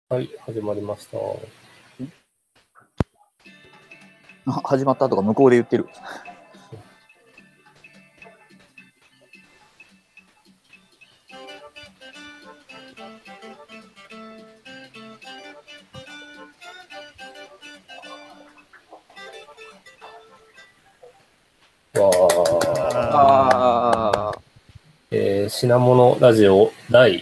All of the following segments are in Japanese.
はい、始まりました。 始まったとか向こうで言ってる。 わあ品物ラジオ違った。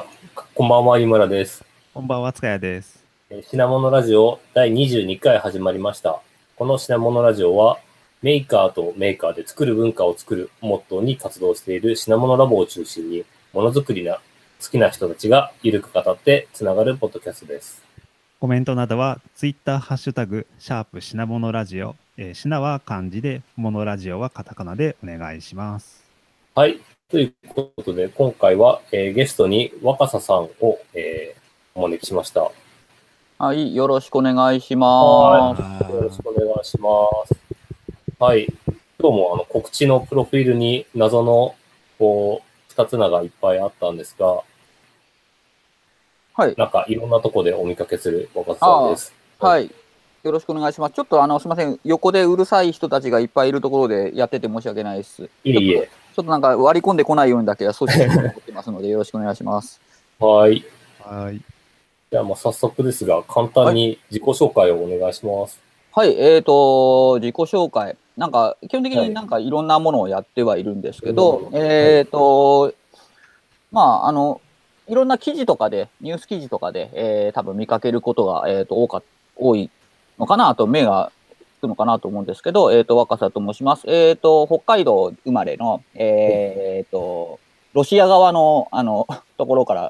こんばんは、井村です。 こんばんは、塚谷です。 品物ラジオ第22回始まりました。この品物ラジオは、メーカーとメーカーで作る文化を作るをモットーに活動している品物ラボを中心に、ものづくりが好きな人たちがゆるく語ってつながるポッドキャストです。 コメントなどは、ツイッターハッシュタグ、品物ラジオ、品は漢字で、モノラジオはカタカナでお願いします。 はい。ということで、今回は、ゲストに若狭さんを、お招きしました。 はい、よろしくお願いします。 よろしくお願いします。はい。今日も告知のプロフィールに謎の二つ名がいっぱいあったんですが、 はい。 なんかいろんなとこでお見かけする若狭さんです。 はい。よろしくお願いします。ちょっとすみません、横でうるさい人たちがいっぱいいるところでやってて申し訳ないです。 いえいえ。 ちょっとなんか割り込んでこないようにだけは阻止しようと思ってますので、よろしくお願いします。 はい。 はい。 では早速ですが、簡単に自己紹介をお願いします。 はい、自己紹介。なんか、基本的になんかいろんなものをやってはいるんですけど、まあ、いろんな記事とかで、ニュース記事とかで、多分見かけることが、多いのかなと、目がつくのかなと思うんですけど、若狭と申します。北海道生まれの、ロシア側の、ところから、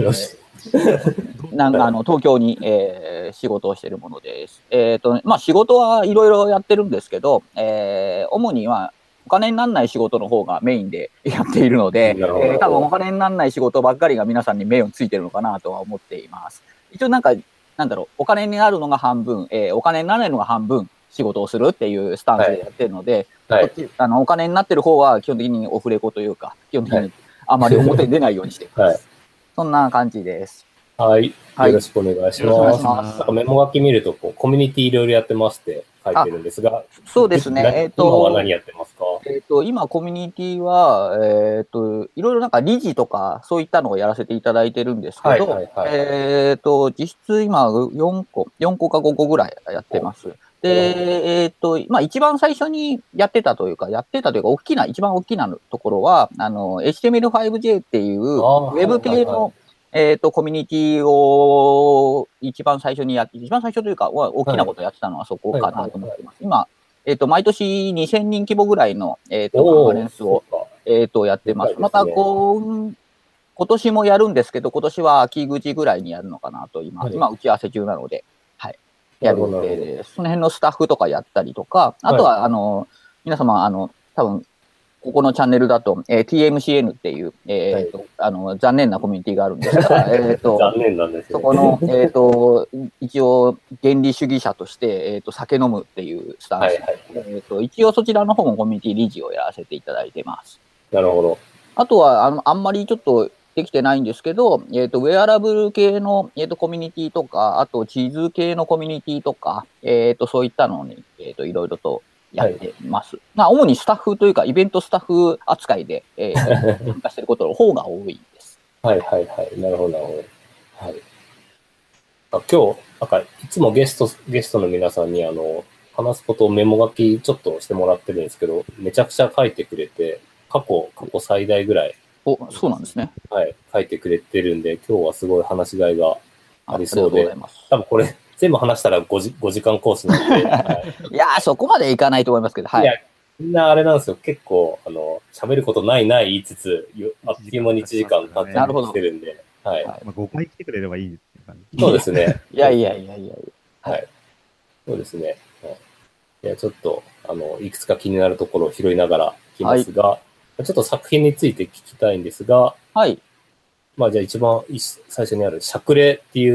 東京に、仕事をしているものです。まあ、仕事はいろいろやってるんですけど、主には、お金にならない仕事の方がメインでやっているので、多分お金にならない仕事ばっかりが皆さんに目をついてるのかなとは思っています。一応なんだろう、お金になるのが半分、お金にならないのが半分仕事をするっていうスタンスでやってるので、お金になってる方は基本的にオフレコというか、基本的にあまり表に出ないようにしています。そんな感じです。 はい。よろしくお願いします。なんかメモ書き見るとコミュニティいろいろやってますって書いてるんですが、 そうですね。 今は何やってますか？ 今、コミュニティは、いろいろなんか理事とか、そういったのをやらせていただいてるんですけど、実質今4個か5個ぐらいやってます。で、まあ一番最初にやってたというか、一番大きなところは、HTML5J っていう、ウェブ系の、コミュニティを一番最初というか、大きなことをやってたのはそこかなと思ってます。今、毎年2000人規模ぐらいの、カンファレンスを、やってます。また、今年もやるんですけど、今年は秋口ぐらいにやるのかなと、今打ち合わせ中なので、はい。やる予定です。その辺のスタッフとかやったりとか、あとは、皆様、多分、ここのチャンネルだと、TMCN っていう、残念なコミュニティがあるんですが、 残念なんですね。 そこの、一応、原理主義者として、酒飲むっていうスタンス。一応そちらの方もコミュニティ理事をやらせていただいてます。 なるほど。 あとは、あんまりちょっとできてないんですけど、ウェアラブル系の、コミュニティとか、あと地図系のコミュニティとか、そういったのに、いろいろとやってます。主にスタッフというか、イベントスタッフ扱いで、参加していることの方が多いです。 はい。なるほど、なるほど。はい。今日、なんか、いつもゲストの皆さんに話すことをメモ書きちょっとしてもらってるんですけど、めちゃくちゃ書いてくれて、過去最大ぐらい。 そうなんですね。 はい、書いてくれてるんで、今日はすごい話しがいがありそうで、多分これ全部話したら5時間コースなんで。 いやー、そこまでいかないと思いますけど、はい。 いや、みんなあれなんですよ。結構、喋ることない言いつつ、あっという間に1時間経ったりしてるんで。はい。 5回来てくれればいいって感じ。 そうですね。 いや。 はい。そうですね。いや、ちょっと、いくつか気になるところを拾いながら来ますが、ちょっと作品について聞きたいんですが、 はい。 まあじゃあ一番最初にある、しゃくれっていう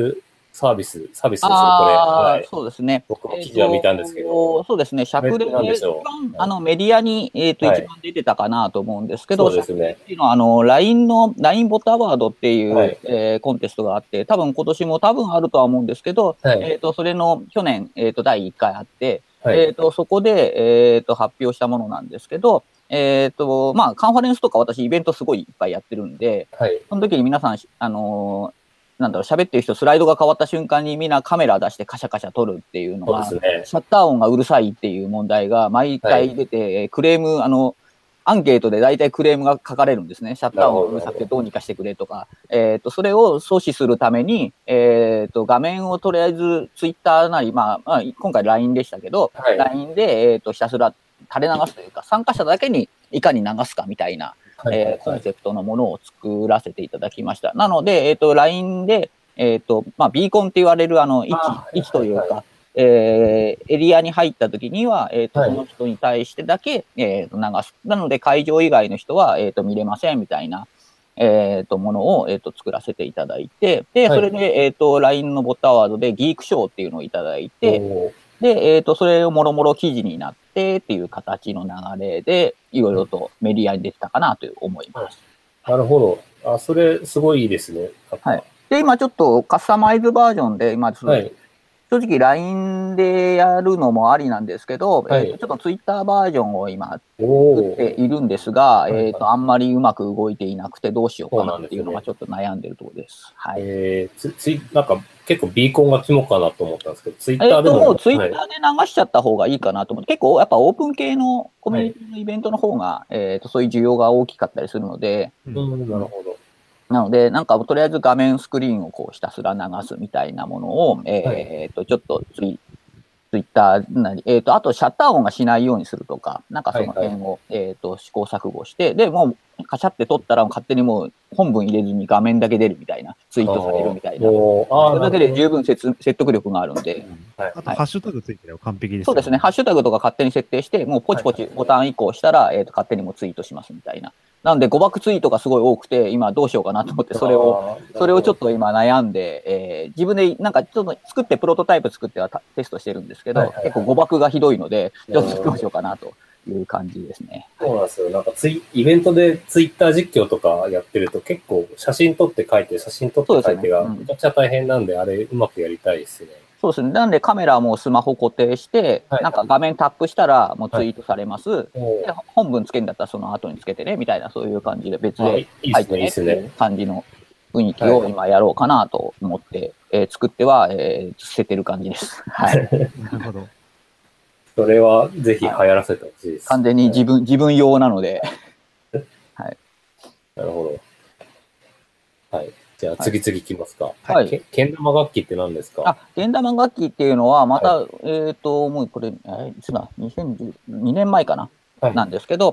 サービスですよ、これ。 そうですね。 僕も記事は見たんですけど。 そうですね。灼電で一番、メディアに、一番出てたかなと思うんですけど、 そうですね。 っていうのは、LINE ボットアワードっていう、コンテストがあって、今年もあるとは思うんですけど、それの去年、第1回あって、そこで、発表したものなんですけど、カンファレンスとか私イベントすごいいっぱいやってるんで、その時に皆さん、喋ってる人、スライドが変わった瞬間にみんなカメラ出してカシャカシャ撮るっていうのが、シャッター音がうるさいっていう問題が毎回出て、クレーム、アンケートで大体クレームが書かれるんですね。シャッター音がうるさくてどうにかしてくれとか。それを阻止するために、画面をとりあえずツイッターなり、今回 LINE でしたけど、LINE で、ひたすら垂れ流すというか、参加者だけにいかに流すかみたいな、コンセプトのものを作らせていただきました。なので、LINE で、ビーコンって言われる位置というか、エリアに入った時には、その人に対してだけ、流す。なので、会場以外の人は、見れませんみたいな、ものを、作らせていただいて、で、それで、LINE のボットアワードでギーク賞っていうのをいただいて、で、それをもろもろ記事になってっていう形の流れで、いろいろとメディアに出てたかなと思います。 なるほど。それ、すごいいいですね。 はい。で、今ちょっとカスタマイズバージョンで、今、正直 LINE でやるのもありなんですけど、ちょっと Twitter バージョンを今作っているんですが、あんまりうまく動いていなくてどうしようかなっていうのがちょっと悩んでるところです。はい。 なんか結構ビーコンが肝かなと思ったんですけど、Twitter でも。 もう Twitter で流しちゃった方がいいかなと思って、結構やっぱオープン系のコミュニティのイベントの方が、そういう需要が大きかったりするので、 なるほど。 なので、とりあえず画面スクリーンをひたすら流すみたいなものを、ちょっとツイッターなり、あとシャッター音がしないようにするとか、その辺を、試行錯誤して、で、もうカシャって撮ったら勝手にもう本文入れずに画面だけ出るみたいな、ツイートされるみたいな。それだけで十分説得力があるんで。 あと、ハッシュタグついてれば完璧です。 そうですね。ハッシュタグとか勝手に設定して、もうポチポチボタン移行したら、勝手にもツイートしますみたいな。なので、誤爆ツイートがすごい多くて、今どうしようかなと思って、それをちょっと今悩んで、自分でちょっと作ってプロトタイプ作ってはテストしてるんですけど、結構誤爆がひどいので、ちょっとどうしようかなという感じですね。 そうなんですよ。なんかイベントでツイッター実況とかやってると結構写真撮って書いて、写真撮って書いてがめちゃくちゃ大変なんで、あれうまくやりたいですね。 そうですね。なんでカメラもスマホ固定して、画面タップしたらもうツイートされます。で本文つけるんだったらその後につけてね、みたいな、そういう感じで別で書いてねっていう感じの雰囲気を今やろうかなと思って、作っては、捨ててる感じです。はい。 なるほど。 それはぜひ流行らせてほしいです。 完全に自分用なので。はい。 なるほど。はい。じゃあ次々いきますか。 はい。 けん玉楽器って何ですか？ けん玉楽器っていうのは、また、もうこれ、いつだ、2012年前かな、なんですけど、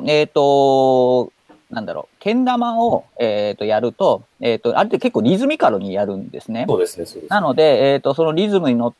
けん玉を、やると、あれって結構リズミカルにやるんですね。 そうですね、そうです。 なので、そのリズムに乗って、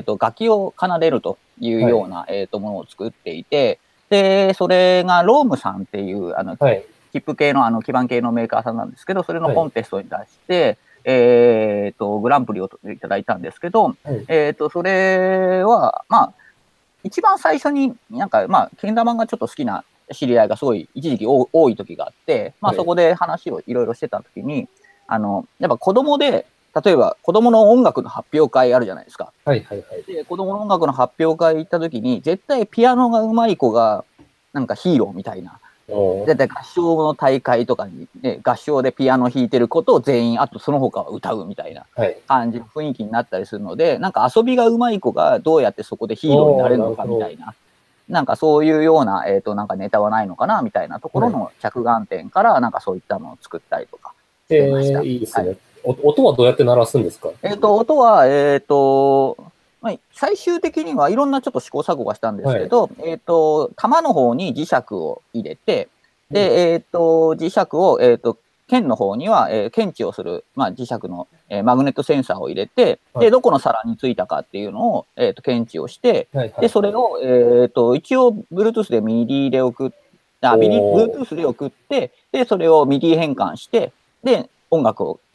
楽器を奏でるというような、ものを作っていて、で、それがロームさんっていう、チップ系の、基板系のメーカーさんなんですけど、それのコンテストに出して、グランプリをいただいたんですけど、それは、一番最初にけん玉がちょっと好きな知り合いがすごい一時期多い時があって、そこで話をいろいろしてた時に、やっぱ子供で、例えば子供の音楽の発表会あるじゃないですか。で、子供の音楽の発表会行った時に、絶対ピアノが上手い子が、ヒーローみたいな。で、合唱の大会とかに、ね、合唱でピアノ弾いてることを全員、あとその他は歌うみたいな感じの雰囲気になったりするので、遊びが上手い子がどうやってそこでヒーローになれるのかみたいな、そういうような、ネタはないのかなみたいなところの着眼点から、そういったのを作ったりとかしてました。 いいですね。音はどうやって鳴らすんですか？ 音は、最終的にはいろんなちょっと試行錯誤がしたんですけど、玉の方に磁石を入れて、で、磁石を、剣の方には、検知をする、磁石の、マグネットセンサーを入れて、で、どこの皿についたかっていうのを、検知をして、で、それを、一応、Bluetooth で MIDI でBluetooth で送って、で、それを MIDI 変換して、で、音楽を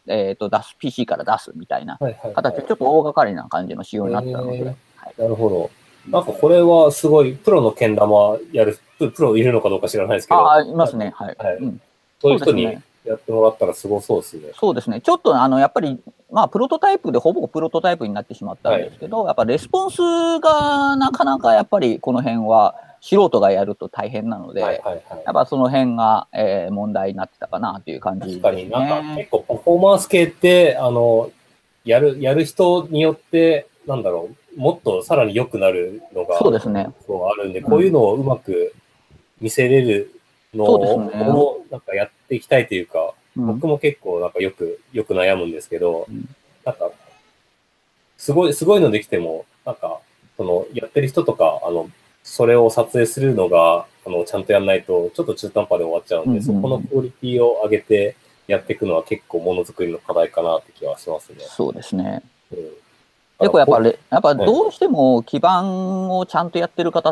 PC から出すみたいなはいはいはい。 形で、ちょっと大掛かりな感じの仕様になったので。はい、 なるほど。なんかこれはすごい、プロのけん玉やる、プロいるのかどうか知らないですけど。 あ、いますね。はい。 はい。 うん、 そういう人にやってもらったらすごそうですね。 そうですね。ちょっとやっぱり、まあ、プロトタイプでほぼプロトタイプになってしまったんですけど、やっぱレスポンスがなかなかやっぱりこの辺は素人がやると大変なので、やっぱその辺が、問題になってたかなという感じですね。 確かになんか結構パフォーマンス系って、やる人によって、なんだろう、もっとさらに良くなるのが、 そうですね。 あるんで、こういうのをうまく見せれるのを、なんかやっていきたいというか、僕も結構なんかよく悩むんですけど、なんか、すごいのできても、なんか、やってる人とか、それを撮影するのが、ちゃんとやんないと、ちょっと中途半端で終わっちゃうんで、そこのクオリティを上げてやっていくのは結構ものづくりの課題かなって気はしますね。 そうですね。結構やっぱどうしても基盤をちゃんとやってる方って、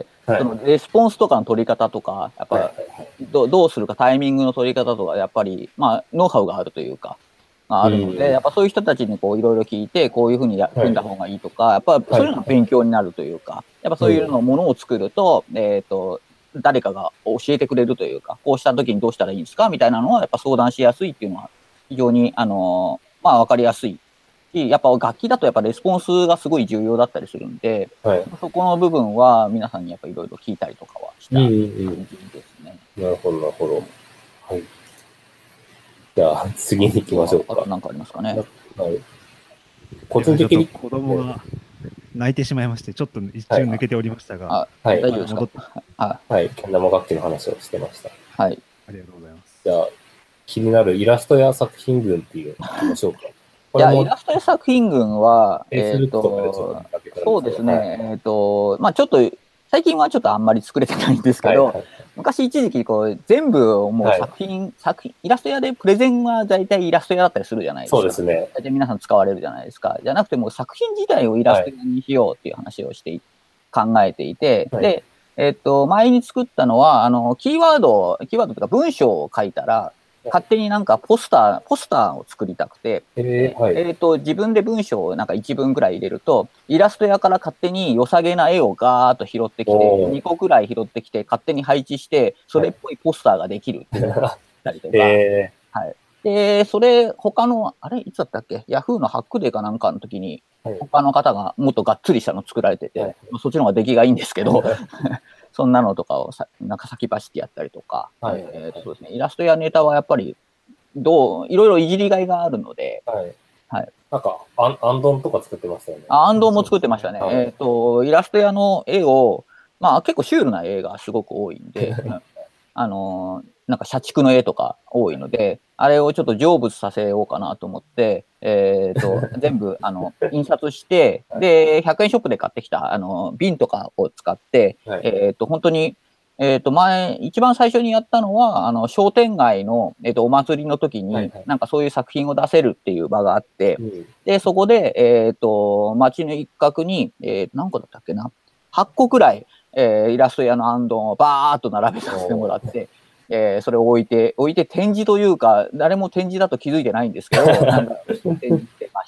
そのレスポンスとかの取り方とか、やっぱどうするかタイミングの取り方とか、やっぱり、まあ、ノウハウがあるというか、あるので、やっぱそういう人たちにこういろいろ聞いて、こういうふうに組んだ方がいいとか、やっぱそういうのが勉強になるというか、やっぱそういうのものを作ると、誰かが教えてくれるというか、こうした時にどうしたらいいんですかみたいなのは、やっぱ相談しやすいっていうのは、非常に、まあ、わかりやすい。やっぱ楽器だとやっぱレスポンスがすごい重要だったりするんで、そこの部分は皆さんにやっぱいろいろ聞いたりとかはした感じですね。 なるほど、なるほど。はい。じゃあ、次に行きましょうか。 あと何かありますかね。 はい。個人的に。 子供が泣いてしまいまして、ちょっと一瞬抜けておりましたが。 はい。大丈夫ですか。 はい。けん玉楽器の話をしてました。 はい。 ありがとうございます。 じゃあ、気になるイラストや作品群っていうのを聞きましょうか。 いや、イラストや作品群は、 そうですね。まあちょっと、最近はちょっとあんまり作れてないんですけど、昔一時期こう全部もう作品、イラスト屋でプレゼンは大体イラスト屋だったりするじゃないですか。 そうですね。 大体皆さん使われるじゃないですか。じゃなくてもう作品自体をイラスト屋にしようっていう話をして考えていて、で、前に作ったのは、キーワードというか文章を書いたら、勝手になんかポスターを作りたくて、自分で文章をなんか1文ぐらい入れると、イラスト屋から勝手に良さげな絵をガーッと拾ってきて、2個くらい拾ってきて、勝手に配置して、それっぽいポスターができるっていうのがあったりとか、はい。で、それ、他の、いつだったっけ、ヤフーのハックデーかなんかの時に、他の方がもっとがっつりしたの作られてて、そっちの方が出来がいいんですけど、そんなのとかをなんか先走ってやったりとか、そうですね、イラストやネタはやっぱり、いろいろいじりがいがあるので、 なんか、アンドンとか作ってましたよね。 アンドンも作ってましたね。イラスト屋の絵を、まあ結構シュールな絵がすごく多いんで、なんか社畜の絵とか多いので、あれをちょっと成仏させようかなと思って、全部、印刷して、で、100円ショップで買ってきた、瓶とかを使って、本当に、一番最初にやったのは、商店街の、お祭りの時に、なんかそういう作品を出せるっていう場があって、で、そこで、街の一角に、何個だったっけな、8個くらい、イラスト屋のアンドンをバーっと並べさせてもらって、それを置いて展示というか、誰も展示だと気づいてないんですけど、なんか展示してました。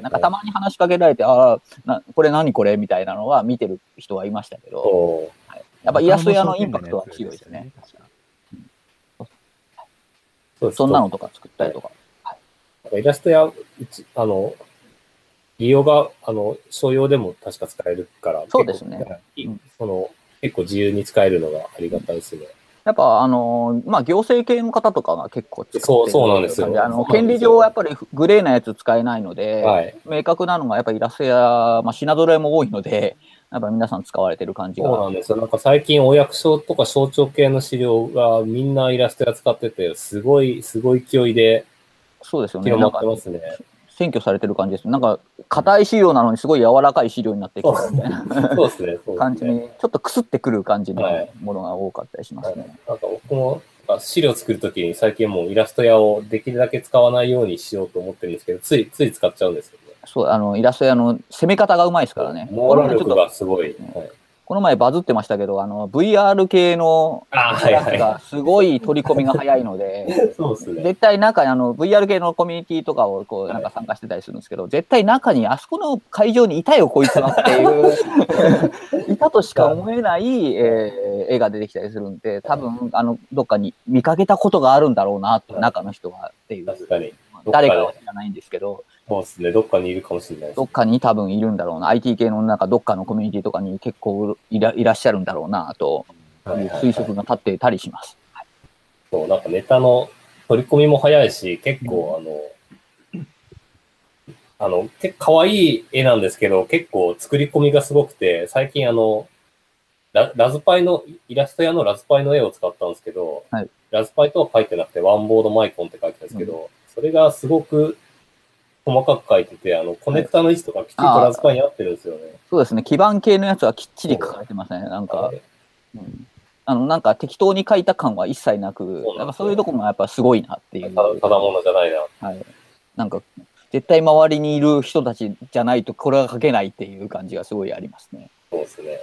なんかたまに話しかけられて、これ何これみたいなのは見てる人はいましたけど、やっぱイラスト屋のインパクトは強いですね。そんなのとか作ったりとか。 イラスト屋、利用が、商用でも確か使えるから、 そうですね。 結構自由に使えるのがありがたいですね。 やっぱまあ、行政系の方とかが結構使ってる。 そうなんですよ。 権利上やっぱりグレーなやつ使えないので、明確なのがやっぱりイラストや、まあ、品揃えも多いので、やっぱ皆さん使われてる感じが。 そうなんですよ。なんか最近お役所とか省庁系の資料がみんなイラストや使ってて、すごい勢いで広まってますね。 占拠されてる感じです。なんか、硬い資料なのにすごい柔らかい資料になってきたみたいな感じに、ちょっとくすってくる感じのものが多かったりしますね。 なんか僕も資料作るときに最近もうイラスト屋をできるだけ使わないようにしようと思ってるんですけど、つい使っちゃうんですよね。 そう、イラスト屋の攻め方がうまいですからね。 網羅力がすごい。 この前バズってましたけど、VR 系のやつがすごい取り込みが早いので、 そうですね。 絶対中にVR 系のコミュニティとかをこうなんか参加してたりするんですけど、絶対中にあそこの会場にいたよこいつはっていういたとしか思えない、絵が出てきたりするんで、多分どっかに見かけたことがあるんだろうなと、中の人はっていう。 確かに。 誰かは知らないんですけど。 そうですね。どっかにいるかもしれないです。 どっかに多分いるんだろうな。IT 系のなんかどっかのコミュニティとかに結構いらっしゃるんだろうなという推測が立っていたりします。はい、 そう、なんかネタの取り込みも早いし、結構結構可愛い絵なんですけど、結構作り込みがすごくて、最近ラズパイの、イラスト屋のラズパイの絵を使ったんですけど、 はい、 ラズパイとは書いてなくて、ワンボードマイコンって書いてたんですけど、それがすごく細かく書いてて、コネクタの位置とかきちんとラズパイに合ってるんですよね。 そうですね。基板系のやつはきっちり書かれてますね。なんか、なんか適当に書いた感は一切なく、そういうところもやっぱすごいなっていう。 ただものじゃないな。 はい。なんか、絶対周りにいる人たちじゃないとこれは書けないっていう感じがすごいありますね。 そうですね。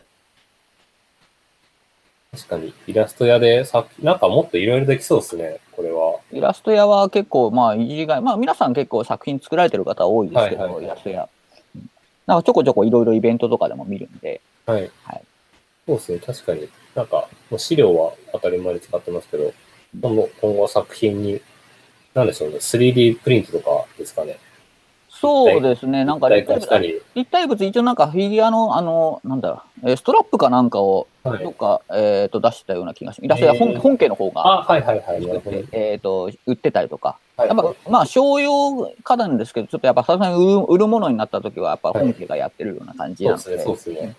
確かに、イラスト屋でなんかもっといろいろできそうですね、これは。 イラスト屋は結構、いじりがい、皆さん結構作品作られてる方多いですけど、イラスト屋。なんかちょこちょこいろいろイベントとかでも見るんで。 はい。はい、そうですね、確かに。なんか、もう資料は当たり前に使ってますけど、今後作品に、なんでしょうね、3D プリントとかですかね。 そうですね、なんか立体物、一応なんかフィギュアの、なんだろう、ストラップかなんかを、どっか、出したような気がします。イラストや本家の方が、売ってたりとか。やっぱ、商用家電ですけど、ちょっとやっぱさすがに売るものになった時は、やっぱ本家がやってるような感じなんで。 そうですね。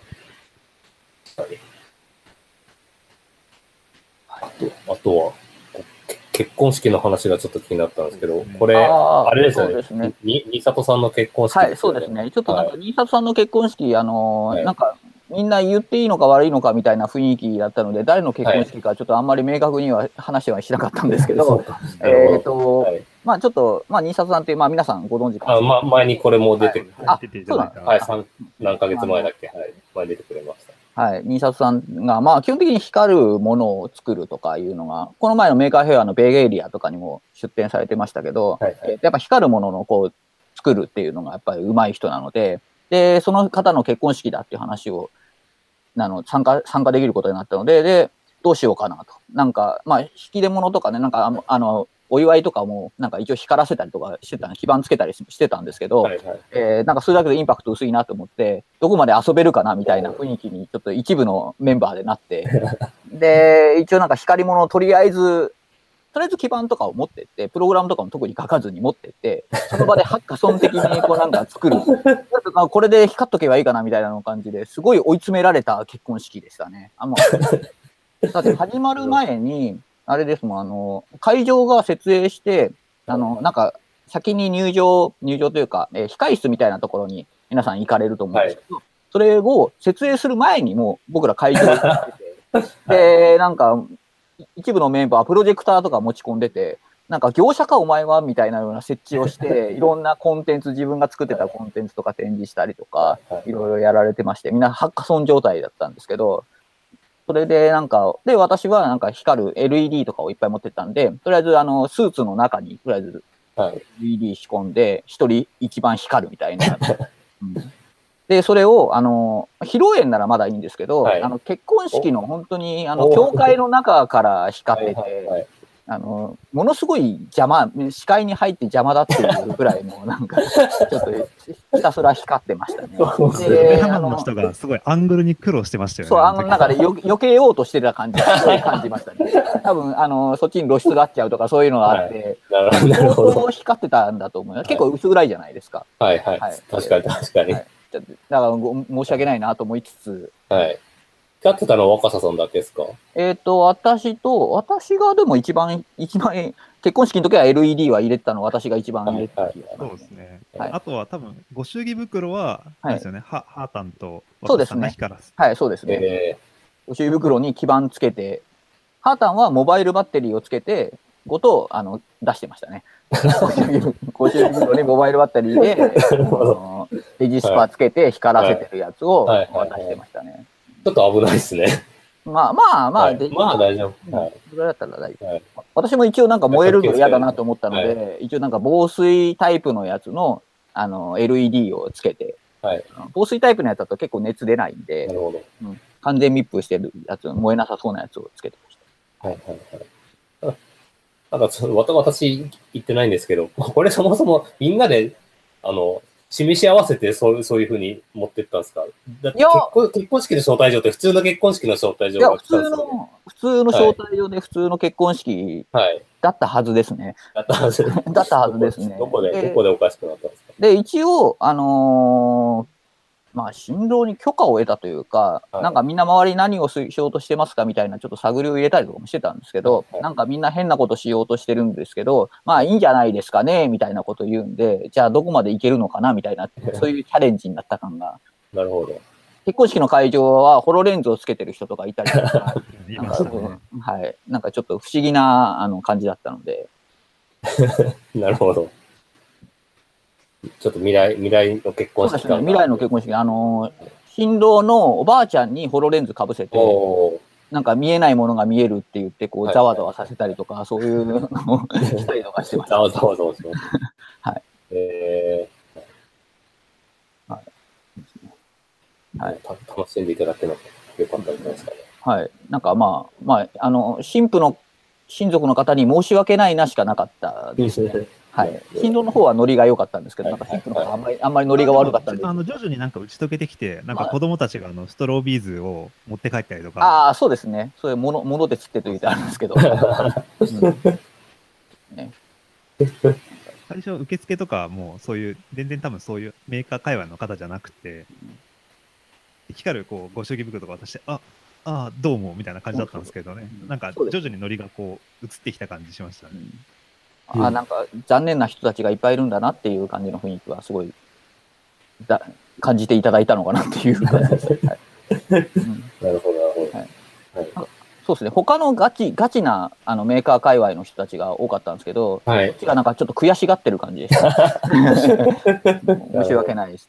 あとは、結婚式の話がちょっと気になったんですけど、これ、あれですよね。新里さんの結婚式。 はい、そうですね。ちょっとなんか、新里さんの結婚式、なんか、みんな言っていいのか悪いのかみたいな雰囲気だったので、誰の結婚式かちょっとあんまり明確には話はしなかったんですけど、ちょっと、新里さんって、皆さんご存知かもしれない。 前にこれも出て、 そうなんです。 はい、何ヶ月前だっけ、はい、前出てくれました。 はい。新里さんが、基本的に光るものを作るとかいうのが、この前のメーカーフェアのベイエリアとかにも出展されてましたけど、やっぱ光るものの作るっていうのがやっぱり上手い人なので、で、その方の結婚式だっていう話を、参加できることになったので、どうしようかなと。なんか、引き出物とかね、なんか、お祝いとかも、なんか一応光らせたりとかしてた、基板つけたりしてたんですけど、なんかそれだけでインパクト薄いなと思って、どこまで遊べるかなみたいな雰囲気に、ちょっと一部のメンバーでなって、で、一応なんか光り物をとりあえず基板とかを持ってって、プログラムとかも特に書かずに持ってって、その場でハッカソン的になんか作る。これで光っとけばいいかなみたいな感じですごい追い詰められた結婚式でしたね。だって始まる前に、あれですもん、会場が設営して、なんか、先に入場というか、控室みたいなところに皆さん行かれると思うんですけど、それを設営する前にも僕ら会場に行ってて、で、なんか、一部のメンバーはプロジェクターとか持ち込んでて、なんか業者かお前はみたいなような設置をして、いろんなコンテンツ、自分が作ってたコンテンツとか展示したりとか、いろいろやられてまして、みんなハッカソン状態だったんですけど、それでなんか、で、私はなんか光る LED とかをいっぱい持ってったんで、とりあえずスーツの中にとりあえず LED 仕込んで、一人一番光るみたいな。で、それを、披露宴ならまだいいんですけど、結婚式の本当に、教会の中から光ってて、ものすごい視界に入って邪魔だっていうぐらいの、なんか、ちょっとひたすら光ってましたね。 で、カメラの人がすごいアングルに苦労してましたよね。 そう、なんかね、避けようとしてた感じましたね。多分、そっちに露出があっちゃうとかそういうのがあって、相当光ってたんだと思います。結構薄暗いじゃないですか。 はいはい。確かに確かに。 だから申し訳ないなと思いつつ。 はい。光ってたのは若狭さんだけですか？ 私がでも一番、結婚式の時は LED は入れてたの私が一番入れてた気がします。 そうですね。あとは多分、ご祝儀袋は、ですよね、ハータンとそうですね。はい、そうですね。ご祝儀袋に基板つけて、ハータンはモバイルバッテリーをつけて、ごと、出してましたね。ご祝儀袋にモバイルバッテリーで、レジスパつけて光らせてるやつを渡してましたね。 ちょっと危ないですね。 まあ、 はいでまあ大丈夫。はい。 それだったら大丈夫。 はい私も一応なんか燃えるの嫌だなと思ったので、一応なんか防水タイプのやつの、LED をつけて、 はい。 防水タイプのやつだと結構熱出ないんでな、るほど。 完全密封してるやつ、燃えなさそうなやつをつけてました。 はいはいはい。なんか、私言ってないんですけど、これそもそもみんなで、示し合わせてそういうふうに持ってったんですか？だって結婚式の招待状って普通の結婚式の招待状が来たんですよね。 普通の招待状で普通の結婚式だったはずですね。 だったはずですね。 どこでおかしくなったんですか？ で、一応、まあ、新郎に許可を得たというか、なんかみんな周り何をしようとしてますかみたいなちょっと探りを入れたりとかもしてたんですけど、なんかみんな変なことしようとしてるんですけど、まあいいんじゃないですかねみたいなことを言うんで、じゃあどこまでいけるのかなみたいな、そういうチャレンジになった感が。 なるほど。 結婚式の会場はホロレンズをつけてる人とかいたりとか、はい。なんかちょっと不思議な感じだったので。 なるほど。ちょっと未来の結婚式。 そうですね、未来の結婚式。新郎のおばあちゃんにホロレンズかぶせて、なんか見えないものが見えるって言って、こう、ざわざわさせたりとか、そういうのをしたりとかしてました。 ざわざわします。 はい。 はい。楽しんでいただけなくてよかったんじゃないですかね。 はい。なんか親族の方に申し訳ないなしかなかったですね。はい。新郎の方はノリが良かったんですけど、なんか新婦の方はあんまりノリが悪かったんで。 徐々になんか打ち解けてきて、なんか子供たちがストロービーズを持って帰ったりとか。 ああ、そうですね。そういうもので釣ってと言ってあるんですけど。 最初、受付とかもそういう、全然多分そういうメーカー界隈の方じゃなくて、光るこうご祝儀袋とか渡して、どうもみたいな感じだったんですけどね。なんか徐々にノリがこう移ってきた感じしましたね。 なんか残念な人たちがいっぱいいるんだなっていう感じの雰囲気はすごい感じていただいたのかなっていう感じです。なるほど、なるほど。そうですね。他のガチなメーカー界隈の人たちが多かったんですけど、こっちがなんかちょっと悔しがってる感じでした。申し訳ないです。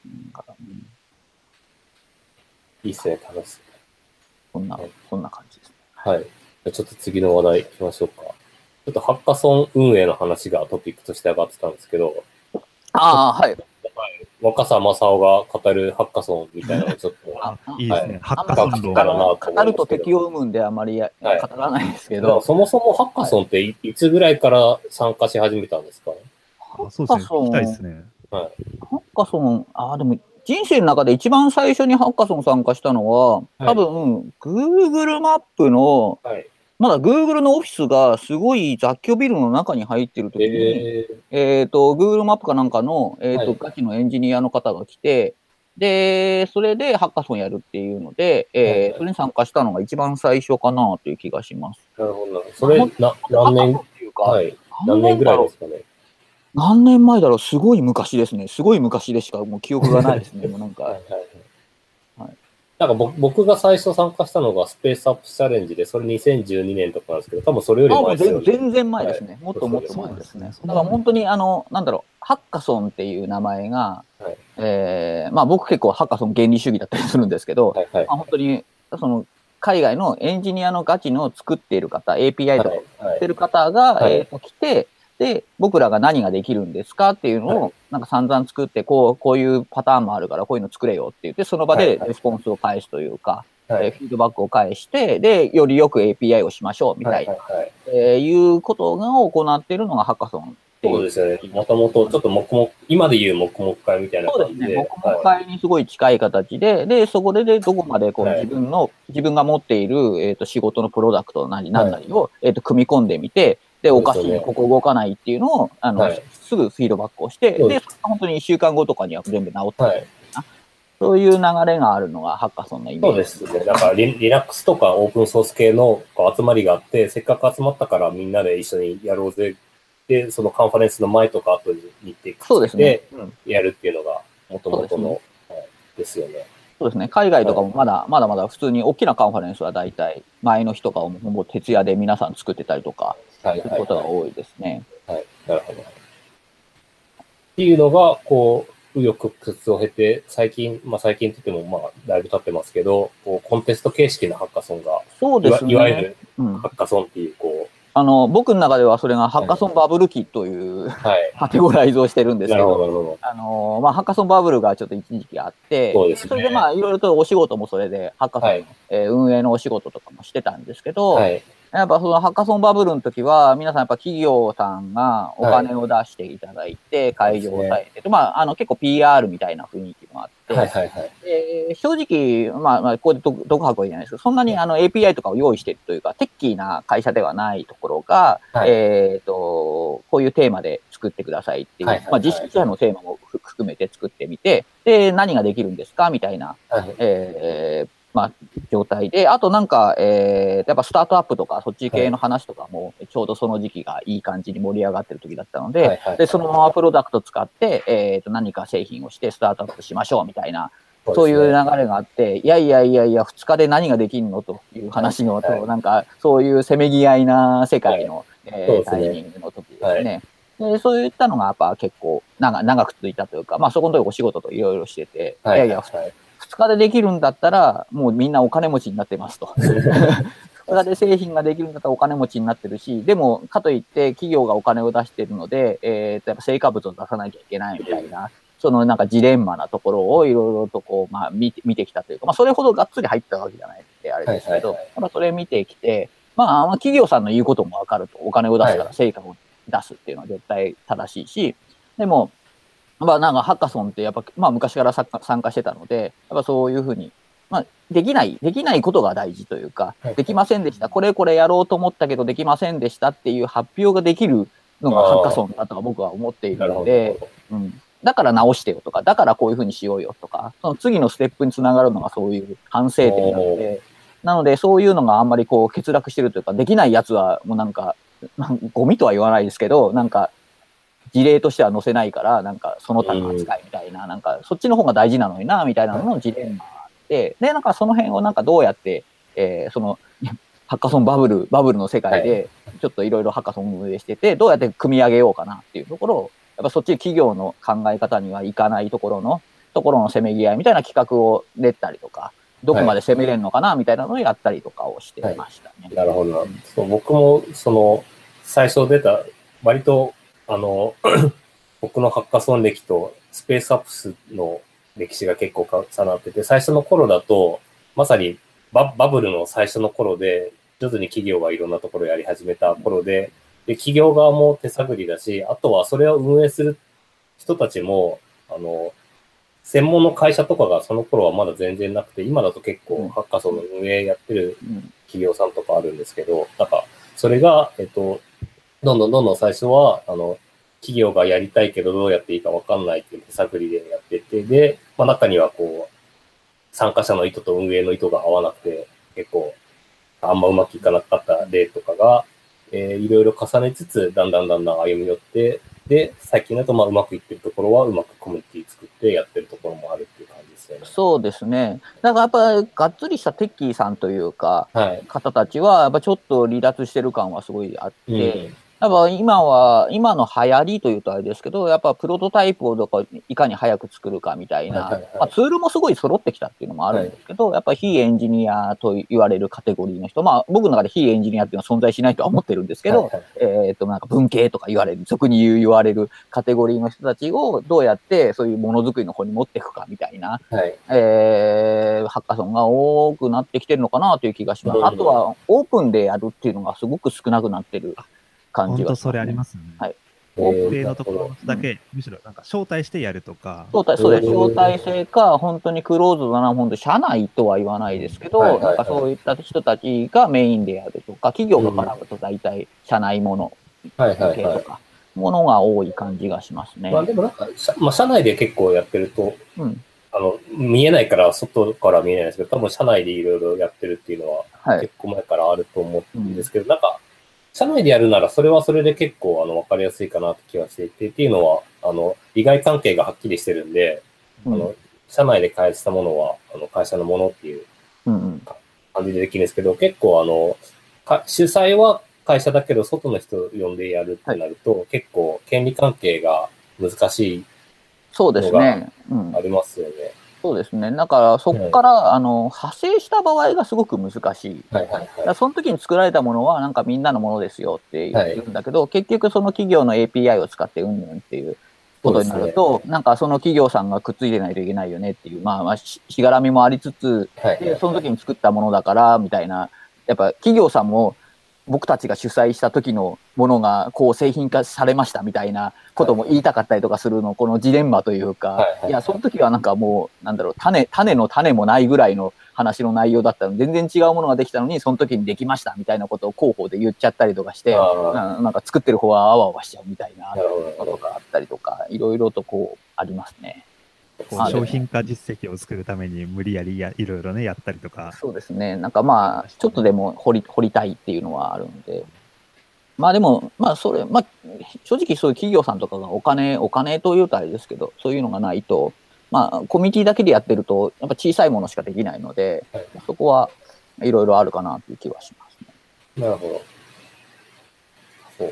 いいっすね、楽しい。 こんな感じですね。 はい。ちょっと次の話題行きましょうか。ちょっとハッカソン運営の話がトピックとして上がってたんですけど。 はい。 若狭正夫が語るハッカソンみたいなのをちょっと。 いいですね。 ハッカソンからなと思いますけど。 語ると敵を生むんであまり語らないですけど。 そもそもハッカソンっていつぐらいから参加し始めたんですか？ そうですね。聞きたいですね。 ハッカソン、でも、人生の中で一番最初にハッカソン参加したのは、多分、Google マップの、まだ Google のオフィスがすごい雑居ビルの中に入ってる時に、Google マップかなんかの、ガチのエンジニアの方が来て、で、それでハッカソンやるっていうので、それに参加したのが一番最初かなという気がします。 なるほど。それ、何年ぐらいですかね。 何年前だろう、すごい昔ですね。すごい昔でしかもう記憶がないですね。もうなんか。 なんか僕が最初参加したのがスペースアップチャレンジで、それ2012年とかなんですけど、多分それより前ですよね。 全然前ですね。もっともっと前ですね。だから本当になんだろう、ハッカソンっていう名前が、僕結構ハッカソン原理主義だったりするんですけど、本当に、海外のエンジニアのガチの作っている方、API とか作ってる方が、来て、で、僕らが何ができるんですかっていうのを、なんか散々作って、こういうパターンもあるから、こういうの作れよって言って、その場でレスポンスを返すというか、フィードバックを返して、で、よりよく API をしましょうみたいな、いうことを行っているのがハッカソン。 そうですよね。もともとちょっと今で言う黙々会みたいな感じで。そうですね。 黙々会にすごい近い形で、そこでどこまでこう自分が持っている、仕事のプロダクト何々を、組み込んでみて、で、おかしい、ここ動かないっていうのを、すぐフィードバックをして、で、本当に1週間後とかには全部治ってる。そういう流れがあるのがハッカソンのイメージ。 そうですね。だからLinux とかオープンソース系の集まりがあって、せっかく集まったからみんなで一緒にやろうぜ。で、そのカンファレンスの前とか後に日程くっつけてやるっていうのが元々のですよね。 そうですね。海外とかもまだまだ普通に大きなカンファレンスは大体前の日とかをもう徹夜で皆さん作ってたりとか、そういうことが多いですね。 はい。なるほど。っていうのが、こう、 紆余曲折を経て、最近って言っても、だいぶ経ってますけど、こう、コンテスト形式のハッカソンが、 そうですね。 いわゆるハッカソンっていう、こう、僕の中ではそれがハッカソンバブル期という、カテゴライズをしてるんですけど、ハッカソンバブルがちょっと一時期あって、そうですね、それでいろいろとお仕事もそれで、ハッカソンの、運営のお仕事とかもしてたんですけど、やっぱそのハッカソンバブルの時は、皆さんやっぱ企業さんがお金を出していただいて、会場をされて、結構 PR みたいな雰囲気もあって、正直、ここで独白は言えないですけど、そんなにAPI とかを用意しているというか、テッキーな会社ではないところが、こういうテーマで作ってくださいっていう、実施者のテーマも含めて作ってみて、で、何ができるんですかみたいな、状態で、あとやっぱスタートアップとかそっち系の話とかも、ちょうどその時期がいい感じに盛り上がってる時だったので、で、そのままプロダクト使って、何か製品をしてスタートアップしましょうみたいな、そういう流れがあって、いや、2日で何ができんのという話のと、そういうせめぎ合いな世界の、タイミングの時ですね。で、そういったのがやっぱ結構長く続いたというか、そこの時お仕事といろいろしてて、2日でできるんだったら、もうみんなお金持ちになってますと。2日で製品ができるんだったらお金持ちになってるし、でも、かといって企業がお金を出しているので、やっぱ成果物を出さなきゃいけないみたいな、そのジレンマなところをいろいろとこう、見てきたというか、それほどがっつり入ったわけじゃないんで、あれですけど、それ見てきて、企業さんの言うこともわかると、お金を出すから成果を出すっていうのは絶対正しいし、でも、ハッカソンってやっぱ、昔から参加してたので、やっぱそういうふうに、できないことが大事というか、できませんでした。これやろうと思ったけどできませんでしたっていう発表ができるのがハッカソンだとは僕は思っているので、だから直してよとか、だからこういうふうにしようよとか、その次のステップにつながるのがそういう反省点なので、そういうのがあんまりこう欠落してるというか、できないやつはもうゴミとは言わないですけど、事例としては載せないから、その他の扱いみたいな、そっちの方が大事なのにな、みたいなののジレンマがあって、で、その辺をどうやって、その、ハッカソンバブルの世界で、ちょっといろいろハッカソン運営してて、どうやって組み上げようかなっていうところを、やっぱそっち企業の考え方にはいかないところのせめぎ合いみたいな企画を練ったりとか、どこまで攻めれるのかな、みたいなのをやったりとかをしてましたね。 なるほど。そう、僕も、最初出た、割と、僕のハッカソン歴とスペースアップスの歴史が結構重なってて、最初の頃だと、まさにバブルの最初の頃で、徐々に企業がいろんなところをやり始めた頃で、企業側も手探りだし、あとはそれを運営する人たちも、専門の会社とかがその頃はまだ全然なくて、今だと結構ハッカソンの運営やってる企業さんとかあるんですけど、それが、どんどん最初は、企業がやりたいけどどうやっていいかわかんないっていう手探りでやってて、で、中にはこう、参加者の意図と運営の意図が合わなくて、結構、あんまうまくいかなかった例とかが、いろいろ重ねつつ、だんだん歩み寄って、で、最近だとうまくいってるところはうまくコミュニティ作ってやってるところもあるっていう感じですよね。 そうですね。やっぱがっつりしたテッキーさんというか、方たちは、やっぱちょっと離脱してる感はすごいあって、やっぱ今の流行りというとあれですけど、やっぱプロトタイプをいかに早く作るかみたいな、ツールもすごい揃ってきたっていうのもあるんですけど、やっぱ非エンジニアと言われるカテゴリーの人、僕の中で非エンジニアっていうのは存在しないとは思ってるんですけど、文系とか俗に言われるカテゴリーの人たちをどうやってそういうものづくりの方に持っていくかみたいな、ハッカソンが多くなってきてるのかなという気がします。あとはオープンでやるっていうのがすごく少なくなってる感じがします、ね。 本当それありますね。はい。欧米のところだけ、むしろ招待してやるとか。 そうです。招待制か、本当にクローズドな、本当社内とは言わないですけど、そういった人たちがメインでやるとか、企業が絡むと大体社内もの系とか、ものが多い感じがしますね。 でも社内で結構やってると、見えないから、外から見えないですけど、多分社内でいろいろやってるっていうのは、結構前からあると思うんですけど、社内でやるなら、それはそれで結構、わかりやすいかなって気がしていて、っていうのは、利害関係がはっきりしてるんで、社内で開発したものは、会社のものっていう感じでできるんですけど、結構、主催は会社だけど、外の人呼んでやるってなると、結構、権利関係が難しいそうですね。 ありますよね。 そうですね。だから、そこから、派生した場合がすごく難しい。その時に作られたものは、なんかみんなのものですよって言うんだけど、結局その企業の API を使ってうんぬんっていうことになると、なんかその企業さんがくっついてないといけないよねっていう、しがらみもありつつ、で、その時に作ったものだから、みたいな、やっぱ企業さんも、僕たちが主催した時のものがこう製品化されましたみたいなことも言いたかったりとかするの、このジレンマというか、いや、その時はなんかもう、なんだろう、種の種もないぐらいの話の内容だったので、全然違うものができたのに、その時にできましたみたいなことを広報で言っちゃったりとかして、なんか作ってる方はあわあわしちゃうみたいなことがあったりとか、いろいろとこうありますね。 商品化実績を作るために無理やりいろいろね、やったりとか。 そうですね。なんかまあ、ちょっとでも掘りたいっていうのはあるんで。まあでも、正直そういう企業さんとかがお金というとあれですけど、そういうのがないと、コミュニティだけでやってると、やっぱ小さいものしかできないので、そこはいろいろあるかなという気はしますね。なるほど。そう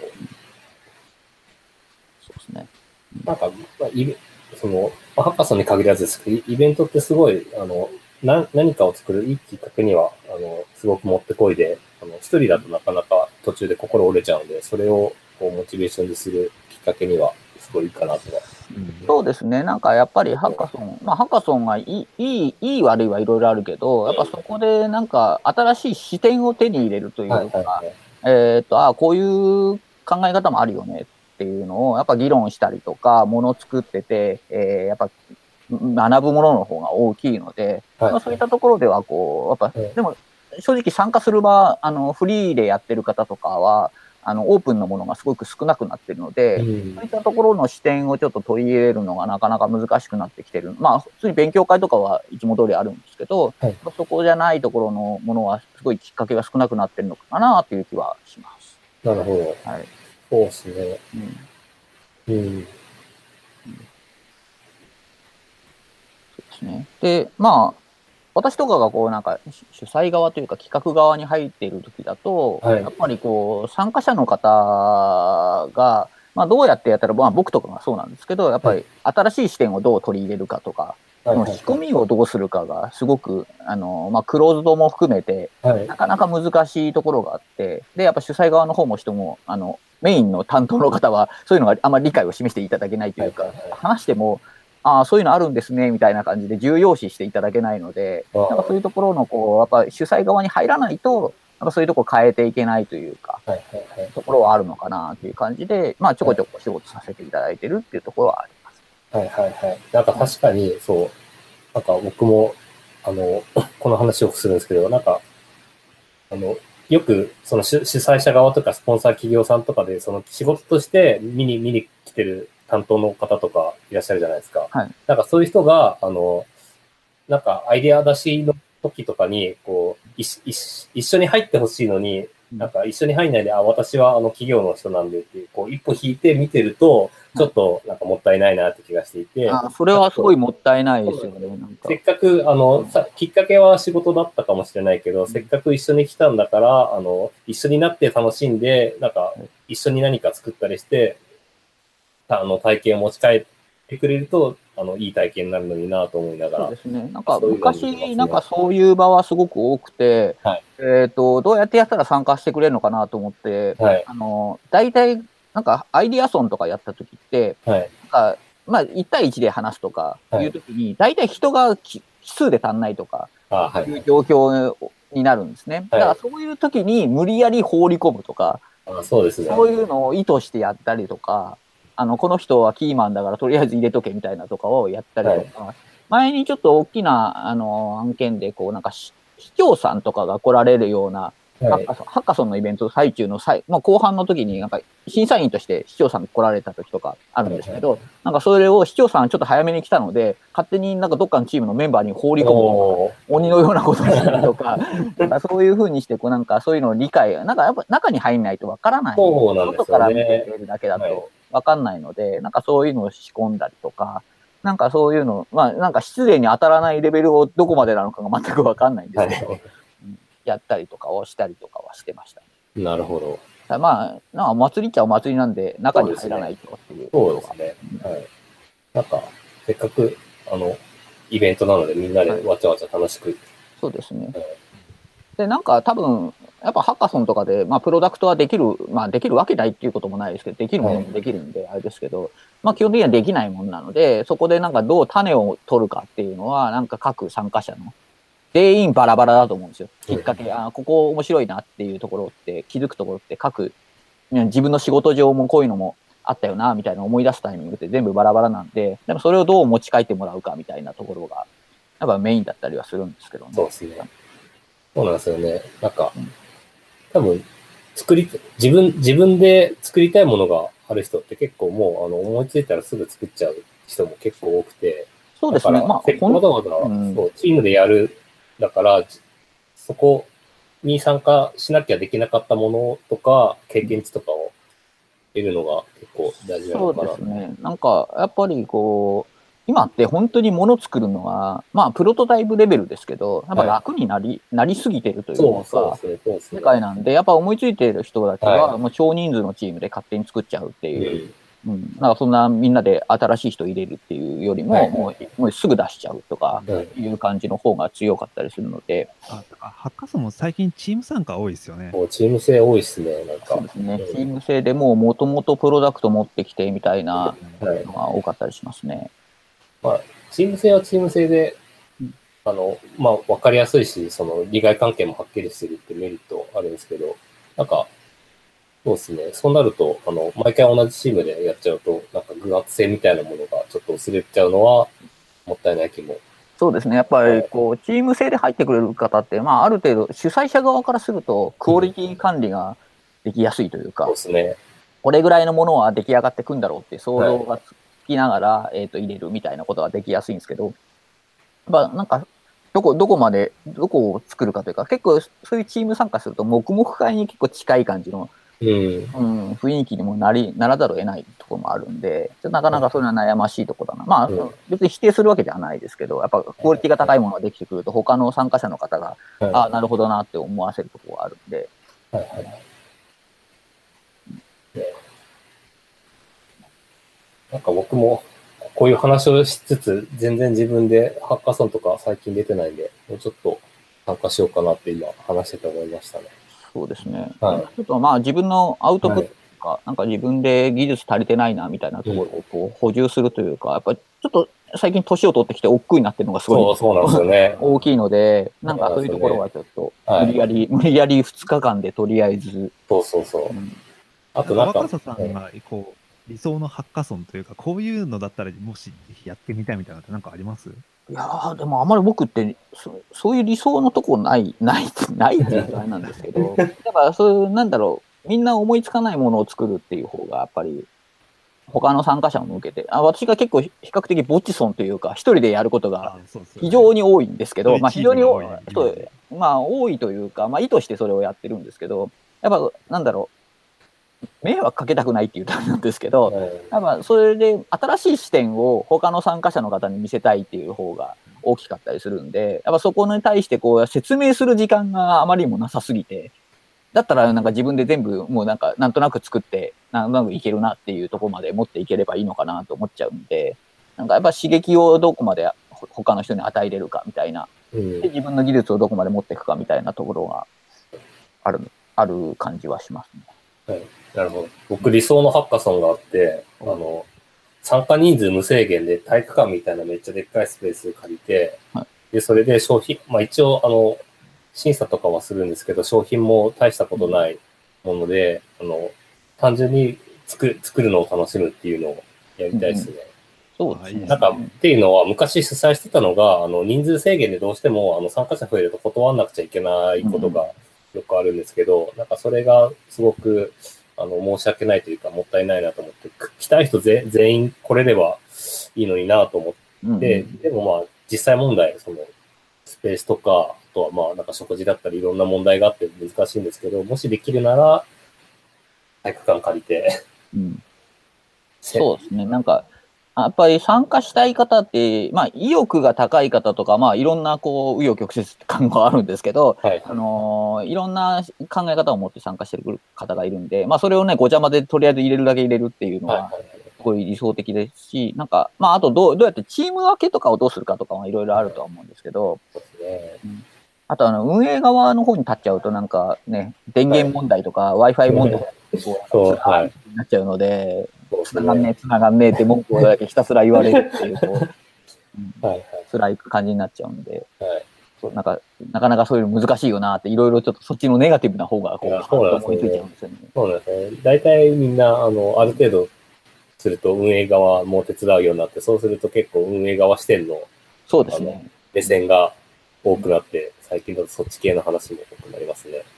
ですね。 なんか、ハッカソンに限らずですけど、イベントってすごい、何かを作るいいきっかけには、すごくもってこいで、一人だとなかなか途中で心折れちゃうので、それをこうモチベーションにするきっかけには、すごいいいかなとは。 そうですね。なんかやっぱりハッカソンがいい悪いはいろいろあるけど、やっぱそこでなんか新しい視点を手に入れるというか、こういう考え方もあるよねっていうのをやっぱ議論したりとか、ものを作ってて、やっぱ学ぶものの方が大きいので、そういったところではこう、やっぱ、でも正直参加する場、フリーでやってる方とかは、オープンのものがすごく少なくなっているので、そういったところの視点をちょっと取り入れるのがなかなか難しくなってきてる。普通に勉強会とかはいつも通りあるんですけど、そこじゃないところのものはすごいきっかけが少なくなってるのかなという気はします。 なるほど。そうですね。 そうですね。で、私とかがこうなんか主催側というか企画側に入っている時だと、やっぱりこう参加者の方が、どうやってやったら、僕とかがそうなんですけど、やっぱり新しい視点をどう取り入れるかとか、その仕込みをどうするかがすごく、クローズドも含めて、なかなか難しいところがあって、で、やっぱ主催側の方も人も、メインの担当の方は、そういうのがあんまり理解を示していただけないというか、話しても、そういうのあるんですね、みたいな感じで重要視していただけないので、なんかそういうところの、こう、やっぱ主催側に入らないと、なんかそういうところ変えていけないというか、ところはあるのかなという感じで、ちょこちょこ仕事させていただいてるっていうところはあります。 なんか確かに、そう、なんか僕も、この話をするんですけど、なんか、よく、その主催者側とかスポンサー企業さんとかで、その仕事として見に来てる担当の方とかいらっしゃるじゃないですか。なんかそういう人が、なんかアイデア出しの時とかに、こう、一緒に入ってほしいのに、なんか一緒に入んないで、私は企業の人なんでっていう、こう一歩引いて見てると、ちょっとなんかもったいないなって気がしていて。 それはすごいもったいないですよね。なんかせっかく、きっかけは仕事だったかもしれないけど、せっかく一緒に来たんだから、一緒になって楽しんで、なんか一緒に何か作ったりして、体験を持ち帰ってくれると、いい体験になるのになと思いながら。 そうですね。なんか昔、なんかそういう場はすごく多くて、どうやってやったら参加してくれるのかなと思って、大体、なんかアイディアソンとかやった時って、なんか1対1で話すとかいう時に、大体人が奇数で足んないとか、いう状況になるんですね。だからそういう時に無理やり放り込むとか、 そうですね。 そういうのを意図してやったりとか、この人はキーマンだからとりあえず入れとけみたいなとかをやったりとか、前にちょっと大きな、案件で、こう、なんか市長さんとかが来られるような、ハッカソンのイベント最中の後半の時に、なんか審査員として市長さん来られた時とかあるんですけど、なんかそれを市長さんちょっと早めに来たので、勝手になんかどっかのチームのメンバーに放り込む鬼のようなことをしたりとか、なんかそういう風にして、こうなんかそういうのを理解、なんかやっぱ中に入んないとわからない。外から見てるだけだとわかんないので、なんかそういうのを仕込んだりとか、なんかそういうの、なんか失礼に当たらないレベルをどこまでなのかが全くわかんないんですけど、やったりとかをしたりとかはしてました、 ね。なるほど。 なんかお祭りっちゃお祭りなんで、中に入らないとっていう。 そうですね。なんか、 せっかく、イベントなのでみんなでわちゃわちゃ楽しく。 そうですね。で、なんか多分、やっぱハッカソンとかで、まあ、プロダクトはできる、まあ、できるわけないっていうこともないですけど、できるものもできるんで、あれですけど、まあ、基本的にはできないものなので、そこでなんかどう種を取るかっていうのは、なんか各参加者の、全員バラバラだと思うんですよ。きっかけ、ここ面白いなっていうところって、気づくところって各、自分の仕事上もこういうのもあったよな、みたいな思い出すタイミングって全部バラバラなんで、でもそれをどう持ち帰ってもらうかみたいなところが、やっぱメインだったりはするんですけどね。 そうですね。そうなんですよね。なんか、多分、自分で作りたいものがある人って結構もう、思いついたらすぐ作っちゃう人も結構多くて。 そうですね。 まあ、わざわざ、そうチームでやる、だから、そこに参加しなきゃできなかったものとか、経験値とかを得るのが結構大事なのかな。 そうですね。なんか、やっぱりこう、今って本当に物作るのは、まあ、プロトタイプレベルですけど、やっぱ楽になりすぎてるというか、世界なんで、やっぱ思いついている人たちは、もう少人数のチームで勝手に作っちゃうっていう。なんかそんなみんなで新しい人入れるっていうよりも、もうすぐ出しちゃうとかいう感じの方が強かったりするので。 ハッカソンも最近チーム参加多いですよね。 チーム性多いですね、なんか。 そうですね。チーム性でもともとプロダクト持ってきてみたいなのが多かったりしますね。 まあ、チーム性はチーム性で、まあ、わかりやすいし、利害関係もはっきりしてるってメリットあるんですけど、なんか、そうですね。そうなると、毎回同じチームでやっちゃうと、なんか偶発性みたいなものがちょっと薄れちゃうのは、もったいない気も。 そうですね。やっぱり、こう、チーム性で入ってくれる方って、まあ、ある程度、主催者側からすると、クオリティ管理ができやすいというか、 そうですね。 これぐらいのものは出来上がってくんだろうって想像がつきながら、入れるみたいなことができやすいんですけど、まあ、なんか、どこを作るかというか、結構そういうチーム参加すると、黙々会に結構近い感じの、雰囲気にもならざるを得ないところもあるんで、なかなかそれは悩ましいところだな。まあ、別に否定するわけじゃないですけど、やっぱクオリティが高いものができてくると、他の参加者の方が、ああ、なるほどなって思わせるところがあるんで。 なんか僕も、こういう話をしつつ、全然自分でハッカソンとか最近出てないんで、もうちょっと参加しようかなって今話してて思いましたね。 そうですね。ちょっとまあ自分のアウトプットとか、なんか自分で技術足りてないなみたいなところをこう補充するというか、やっぱりちょっと最近年を取ってきて億劫になってるのがすごいそうなんですよね。 大きいので、なんかそういうところはちょっと無理やり2日間でとりあえず。 あとなんか。 若狭さんがこう理想のハッカソンというか、こういうのだったらもしやってみたいみたいなのって何かあります？ いやー、でもあんまり僕ってそういう理想のとこないっていうかあれなんですけど、だからそういう、なんだろう、みんな思いつかないものを作るっていう方がやっぱり他の参加者も向けて、私が結構比較的ボッチソンというか、一人でやることが非常に多いんですけど、まあ非常に多いというか、まあ意図してそれをやってるんですけど、やっぱなんだろう、迷惑かけたくないっていうためなんですけど、やっぱそれで新しい視点を他の参加者の方に見せたいっていう方が大きかったりするんで、やっぱそこに対してこう説明する時間があまりにもなさすぎて、だったらなんか自分で全部もうなんとなく作って、なんとなくいけるなっていうところまで持っていければいいのかなと思っちゃうんで、なんかやっぱ刺激をどこまで他の人に与えれるかみたいな、で自分の技術をどこまで持っていくかみたいなところがある感じはしますね。 はい、なるほど。僕理想のハッカソンがあって、参加人数無制限で体育館みたいなめっちゃでっかいスペース借りて、で、それで商品、まあ一応審査とかはするんですけど、商品も大したことないもので、単純に作るのを楽しむっていうのをやりたいですね。 そうですね。 なんか、っていうのは昔主催してたのが、人数制限でどうしても、参加者増えると断らなくちゃいけないことがよくあるんですけど、なんかそれがすごく、申し訳ないというか、もったいないなと思って、来たい人全員来れればいいのになと思って、でもまあ、実際問題、スペースとか、あとはまあ、なんか食事だったりいろんな問題があって難しいんですけど、もしできるなら、体育館借りて。 そうですね。なんか、やっぱり参加したい方って、まあ、意欲が高い方とか、まあ、いろんな、こう、紆余曲折感があるんですけど、いろんな考え方を持って参加してくる方がいるんで、まあ、それをね、ごちゃ混ぜでとりあえず入れるだけ入れるっていうのは、 ごい理想的ですし、なんか、まあ、あとどうやってチーム分けとかをどうするかとかはいろいろあるとは思うんですけど、あと運営側の方に立っちゃうとなんかね、電源問題とか Wi-Fi 問題がになっちゃうので、繋がんねえって文句をだけひたすら言われるっていう、辛い感じになっちゃうんで、なかなかそういうの難しいよなって、いろいろちょっとそっちのネガティブな方がこう思いついちゃうんですよね。 そうなんですね。大体みんな、ある程度すると運営側も手伝うようになって、そうすると結構運営側視点の、 そうですね。 目線が多くなって、最近だとそっち系の話も多くなりますね。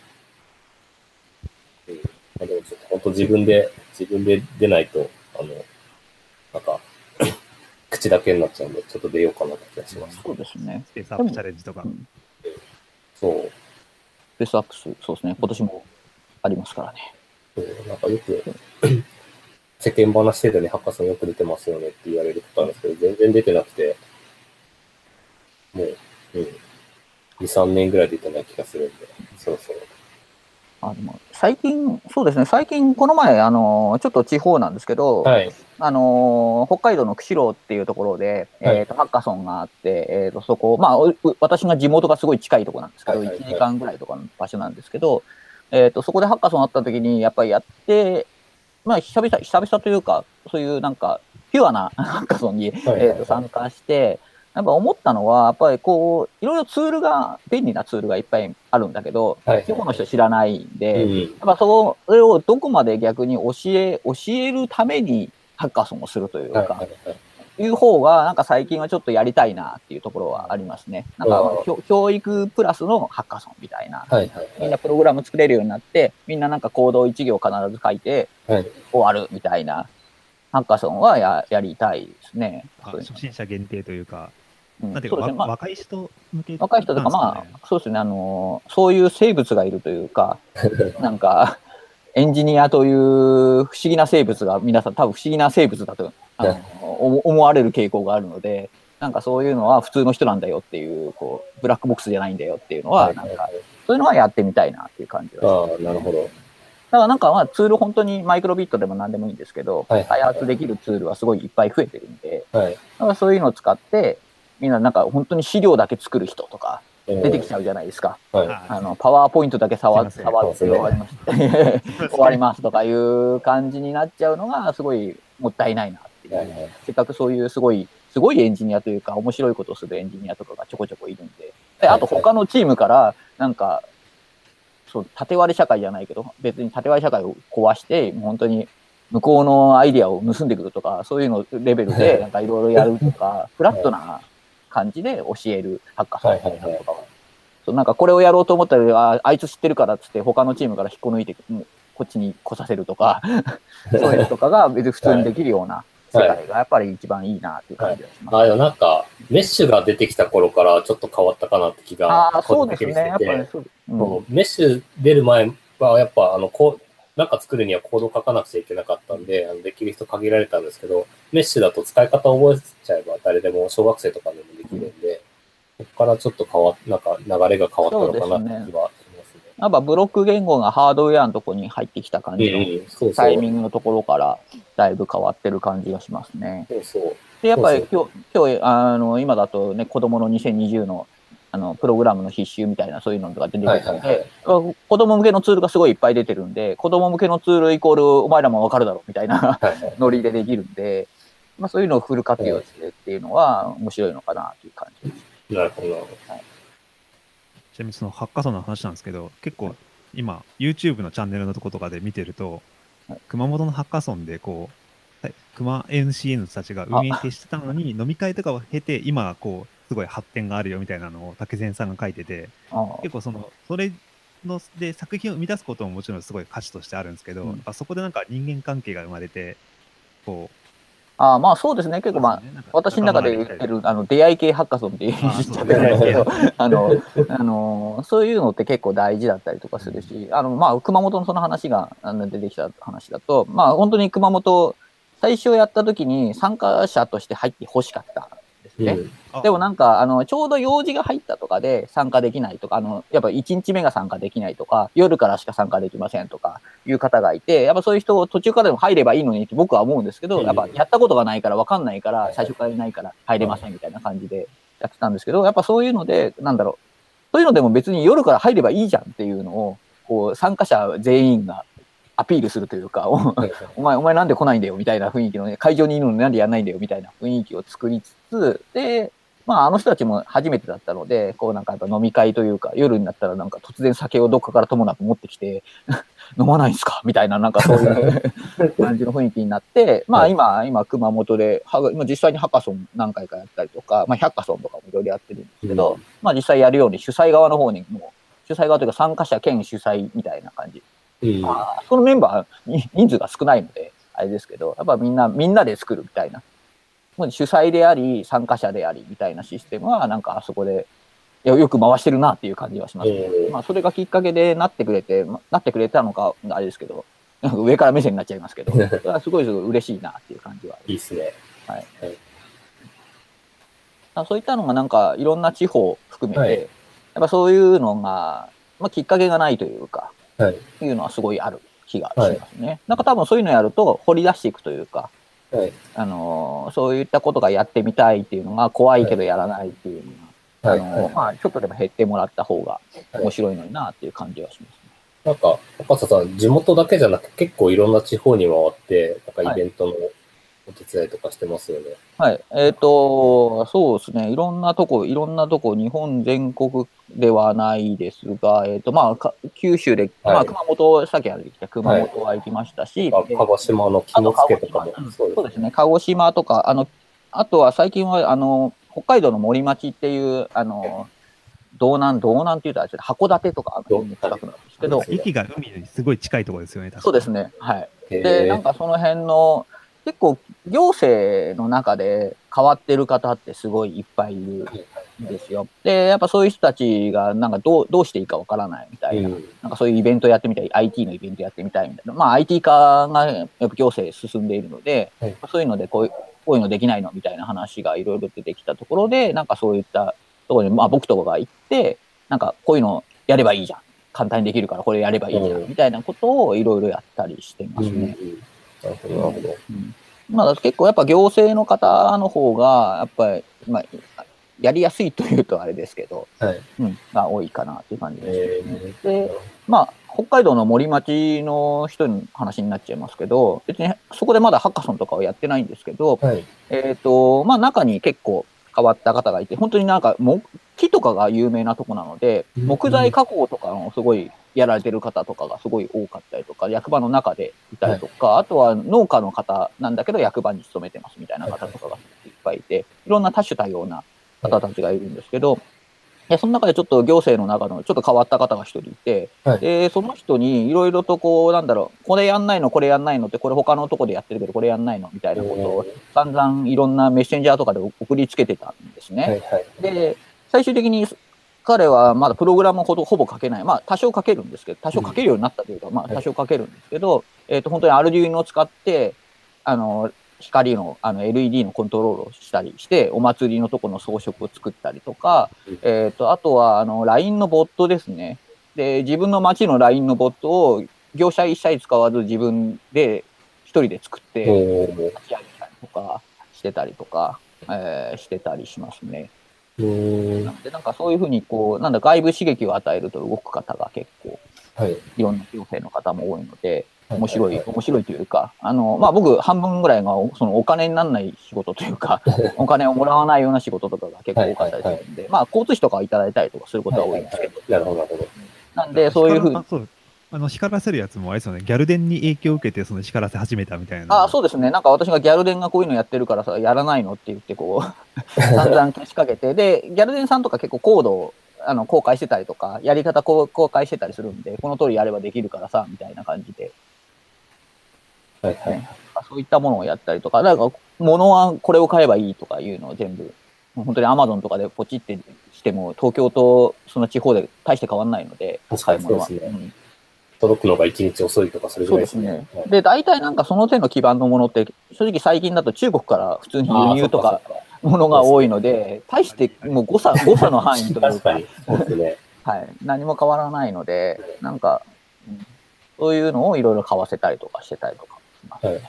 でもちょっと本当自分で出ないと、なんか、口だけになっちゃうんで、ちょっと出ようかなって気がします。 そうですね。 スペースアップチャレンジとか。 そう。 スペースアップス、そうですね。今年もありますからね。 なんかよく、世間話程度にハッカソンよく出てますよねって言われることなんですけど、全然出てなくて、もう、2、3年ぐらい出てない気がするんで、そろそろ。 でも最近、そうですね、最近、この前、ちょっと地方なんですけど、 はい、 北海道の釧路っていうところで、ハッカソンがあって、そこ、まあ、私が地元がすごい近いところなんですけど、1時間ぐらいとかの場所なんですけど、そこでハッカソンあった時に、やっぱりやって、まあ、久々というか、そういうなんか、ピュアなハッカソンに、参加して、やっぱ思ったのは、やっぱりこう、いろいろツールが、便利なツールがいっぱいあるんだけど、地方の人知らないんで、やっぱそれをどこまで逆に教えるためにハッカソンをするというか、いう方が、なんか最近はちょっとやりたいなっていうところはありますね。なんか、教育プラスのハッカソンみたいな。みんなプログラム作れるようになって、みんななんかコードを1行必ず書いて、終わるみたいな。ハッカソンはやりたいですね。 初心者限定というか、 なんていうか、若い人向け、 若い人とか、まあ、そうですね、そういう生物がいるというか、なんか、エンジニアという不思議な生物が、皆さん多分不思議な生物だと思われる傾向があるので、なんかそういうのは普通の人なんだよっていう、こう、ブラックボックスじゃないんだよっていうのは、なんか、そういうのはやってみたいなっていう感じがします。 なるほど。 だからなんかまあツール本当にマイクロビットでも何でもいいんですけど、開発できるツールはすごいいっぱい増えてるんで、だからそういうのを使って、みんななんか本当に資料だけ作る人とか出てきちゃうじゃないですか。パワーポイントだけ触って終わりました。終わりますとかいう感じになっちゃうのがすごいもったいないなっていう。せっかくそういうすごいエンジニアというか面白いことをするエンジニアとかがちょこちょこいるんで。あと他のチームからなんか、そう縦割り社会じゃないけど、別に縦割り社会を壊して、本当に向こうのアイディアを盗んでくるとか、そういうのレベルでなんかいろいろやるとか、フラットな感じで教えるハッカソンとかは。なんかこれをやろうと思ったら、あいつ知ってるからっつって他のチームから引っこ抜いて、こっちに来させるとか、そういうのとかが別に普通にできるような世界がやっぱり一番いいなっていう感じがします。 なんか、メッシュが出てきた頃からちょっと変わったかなって気がそうですね。やっぱりそう。 メッシュ出る前はやっぱなんか作るにはコード書かなくちゃいけなかったんで、できる人限られたんですけど、メッシュだと使い方を覚えちゃえば誰でも小学生とかでもできるんで、そこからちょっとなんか流れが変わったのかなって気はしますね。 やっぱブロック言語がハードウェアのところに入ってきた感じのタイミングのところからだいぶ変わってる感じがしますね。で、やっぱり今日、今だとね、子供の2020のプログラムの必修みたいなそういうのとか出てきてるんで、子供向けのツールがすごいいっぱい出てるんで、子供向けのツールイコールお前らもわかるだろみたいなノリでできるんで、まあそういうのをフル活用してっていうのは面白いのかなという感じです。 なるほど。 ちなみにそのハッカソンの話なんですけど、結構今 YouTube のチャンネルのとことかで見てると、熊本のハッカソンでこう、熊 NCN の人たちが運営してたのに飲み会とかを経て今こうすごい発展があるよみたいなのを竹前さんが書いてて、結構それので作品を生み出すことももちろんすごい価値としてあるんですけど、そこでなんか人間関係が生まれてこうまあそうですね。結構まあ、私の中で言ってる、出会い系ハッカソンって言っちゃってるんですけど、そういうのって結構大事だったりとかするし、まあ、熊本のその話が出てきた話だと、まあ本当に熊本、最初やった時に参加者として入って欲しかったんでって。でもなんか、ちょうど用事が入ったとかで参加できないとか、やっぱ1日目が参加できないとか、夜からしか参加できませんとかいう方がいて、やっぱそういう人を途中からでも入ればいいのにって僕は思うんですけど、やっぱやったことがないから分かんないから、最初からいないから入れませんみたいな感じでやってたんですけど、やっぱそういうので、なんだろう、そういうのでも別に夜から入ればいいじゃんっていうのを、こう、参加者全員がアピールするというか、お前なんで来ないんだよみたいな雰囲気のね、会場にいるのになんでやんないんだよみたいな雰囲気を作りつつ、で、まああの人たちも初めてだったので、こうなんかやっぱ飲み会というか、夜になったらなんか突然酒をどっかからともなく持ってきて、飲まないんすかみたいな、なんかそういう感じの雰囲気になって、まあ今熊本で、実際にハカソン何回かやったりとか、まあ100カソンとかもいろいろやってるんですけど、まあ実際やるように主催側の方にも、主催側というか参加者兼主催みたいな感じ。そのメンバー、人数が少ないので、あれですけど、やっぱみんなで作るみたいな。もう主催であり、参加者であり、みたいなシステムは、なんかあそこで、よく回してるなっていう感じはしますね。まあ、それがきっかけでなってくれたのか、あれですけど、なんか上から目線になっちゃいますけど、それはすごい嬉しいなっていう感じは。 いいですね。 はい。そういったのがなんか、いろんな地方含めて、やっぱそういうのが、まあ、きっかけがないというか、いうのはすごいある気がしますね。なんか多分そういうのやると掘り出していくというか、そういったことがやってみたいっていうのが怖いけどやらないっていうのが、まあちょっとでも減ってもらった方が面白いのになっていう感じはしますね。 なんか、赤瀬さん、地元だけじゃなく結構いろんな地方に回って、なんかイベントのお手伝いとかしてますよね。 はい。そうですね。いろんなとこ、日本全国ではないですが、まあ、九州で、まあ、熊本、さっき歩いてきた熊本は行きましたし、 鹿児島の肝付とかもそうですね。鹿児島とか、あとは最近は、北海道の森町っていう、道南っていうとあれですね、函館とか、近くなんですけど。 駅が海にすごい近いところですよね、 そうですね。はい。で、なんかその辺の、結構行政の中で変わってる方ってすごいいっぱいいるんですよ。で、やっぱそういう人たちがなんかどうしていいかわからないみたいな、なんかそういうイベントやってみたい、IT のイベントやってみたいみたいな。まあ IT 化がやっぱ行政進んでいるので、そういうのでこういうのできないのみたいな話がいろいろ出てきたところで、なんかそういったところに、まあ僕とかが行って、なんかこういうのやればいいじゃん。簡単にできるからこれやればいいじゃん。みたいなことをいろいろやったりしてますね。 なるほど、なるほど。 まあ結構やっぱ行政の方の方が、やっぱり、まあ、やりやすいというとあれですけど、が多いかなっていう感じですね。で、まあ、北海道の森町の人の話になっちゃいますけど、別にそこでまだハッカソンとかはやってないんですけど、まあ中に結構変わった方がいて、本当になんか木とかが有名なとこなので、木材加工とかのすごいやられてる方とかがすごい多かったりとか、役場の中でいたりとか、あとは農家の方なんだけど役場に勤めてますみたいな方とかがいっぱいいて、いろんな多種多様な方たちがいるんですけど、その中でちょっと行政の中のちょっと変わった方が一人いて、で、その人にいろいろとこう、なんだろう、これやんないの、これやんないのって、これ他のとこでやってるけど、これやんないのみたいなことを散々いろんなメッセンジャーとかで送りつけてたんですね。で、最終的に彼はまだプログラムほぼ書けない。まあ多少書けるんですけど、多少書けるようになったというか、まあ多少書けるんですけど、本当にアルデュイノを使って、光のLED のコントロールをしたりして、お祭りのとこの装飾を作ったりとか、あとはLINE のボットですね。で、自分の街の LINE のボットを業者一切使わず自分で一人で作って、立ち上げたりとかしてたりとか、してたりしますね。なので、なんかそういうふうにこう、なんだ、外部刺激を与えると動く方が結構、いろんな行政の方も多いので、面白いというか、まあ僕半分ぐらいがそのお金にならない仕事というか、お金をもらわないような仕事とかが結構多かったりするんで、まあ交通費とかいただいたりとかすることは多いんですけど。 なるほど、なるほど。 なんで、そういうふうに。 光らせるやつもあれですよね、ギャルデンに影響を受けて、光らせ始めたみたいな。 そうですね。なんか私がギャルデンがこういうのやってるからさ、やらないのって言って、こう、散々けしかけて、で、ギャルデンさんとか結構コードを公開してたりとか、やり方公開してたりするんで、この通りやればできるからさ、みたいな感じで。そういったものをやったりとか、なんか、物はこれを買えばいいとかいうのを全部、本当に Amazon とかでポチってしても、東京とその地方で大して変わんないので、 買い物は。届くのが1日遅いとか、それぐらいですね。 で、大体なんかその手の基盤のものって、正直最近だと中国から普通に輸入とかものが多いので、大してもう誤差の範囲というか、 確かに。そうですね。 はい、何も変わらないので、なんか、そういうのをいろいろ買わせたりとかしてたりとかします。はい、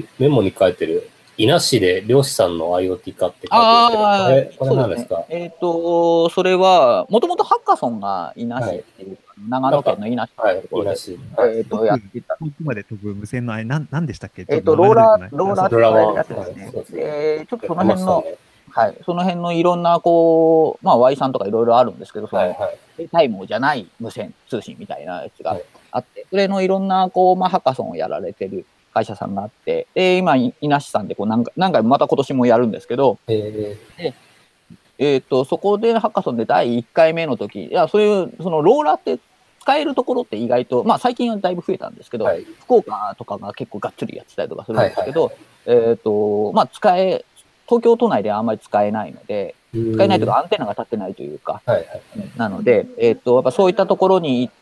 メモに書いてる、伊那市で漁師さんの IoT 化って書いてあるんですけど、これ何ですか？ それは、もともとハッカソンが伊那市っていう、長野県の伊那市っていうところで、やってた。 遠くまで飛ぶ無線の何でしたっけ？ ローラーって言われるやつですね。ちょっとその辺の、はい、その辺のいろんな、こう、まあ、Y さんとかいろいろあるんですけど、その、タイムじゃない無線通信みたいなやつがあって、それのいろんな、こう、まあ、ハッカソンをやられてる会社さんがあって、で、今、伊那市さんでこう何回もまた今年もやるんですけど、そこでハッカソンで第1回目の時、いや、そういう、そのローラーって使えるところって意外と、まあ最近はだいぶ増えたんですけど、福岡とかが結構がっつりやってたりとかするんですけど、まあ東京都内ではあんまり使えないので、使えないというかアンテナが立ってないというか、なので、やっぱそういったところに行って、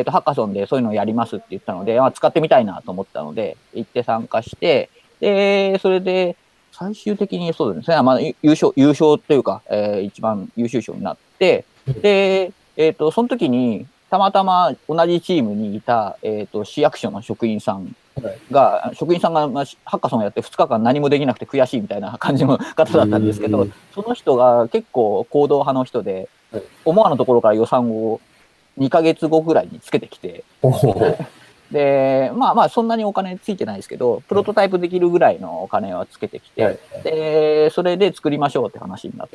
ハッカソンでそういうのをやりますって言ったので、まあ使ってみたいなと思ったので、行って参加して、で、それで、最終的にそうですね、まあ、優勝というか、一番優秀賞になって、で、その時に、たまたま同じチームにいた、市役所の職員さんが、まあ、ハッカソンをやって2日間何もできなくて悔しいみたいな感じの方だったんですけど、その人が結構行動派の人で、思わぬところから予算を2ヶ月後ぐらいにつけてきて、で、まあまあそんなにお金ついてないですけど、プロトタイプできるぐらいのお金はつけてきて、で、それで作りましょうって話になって、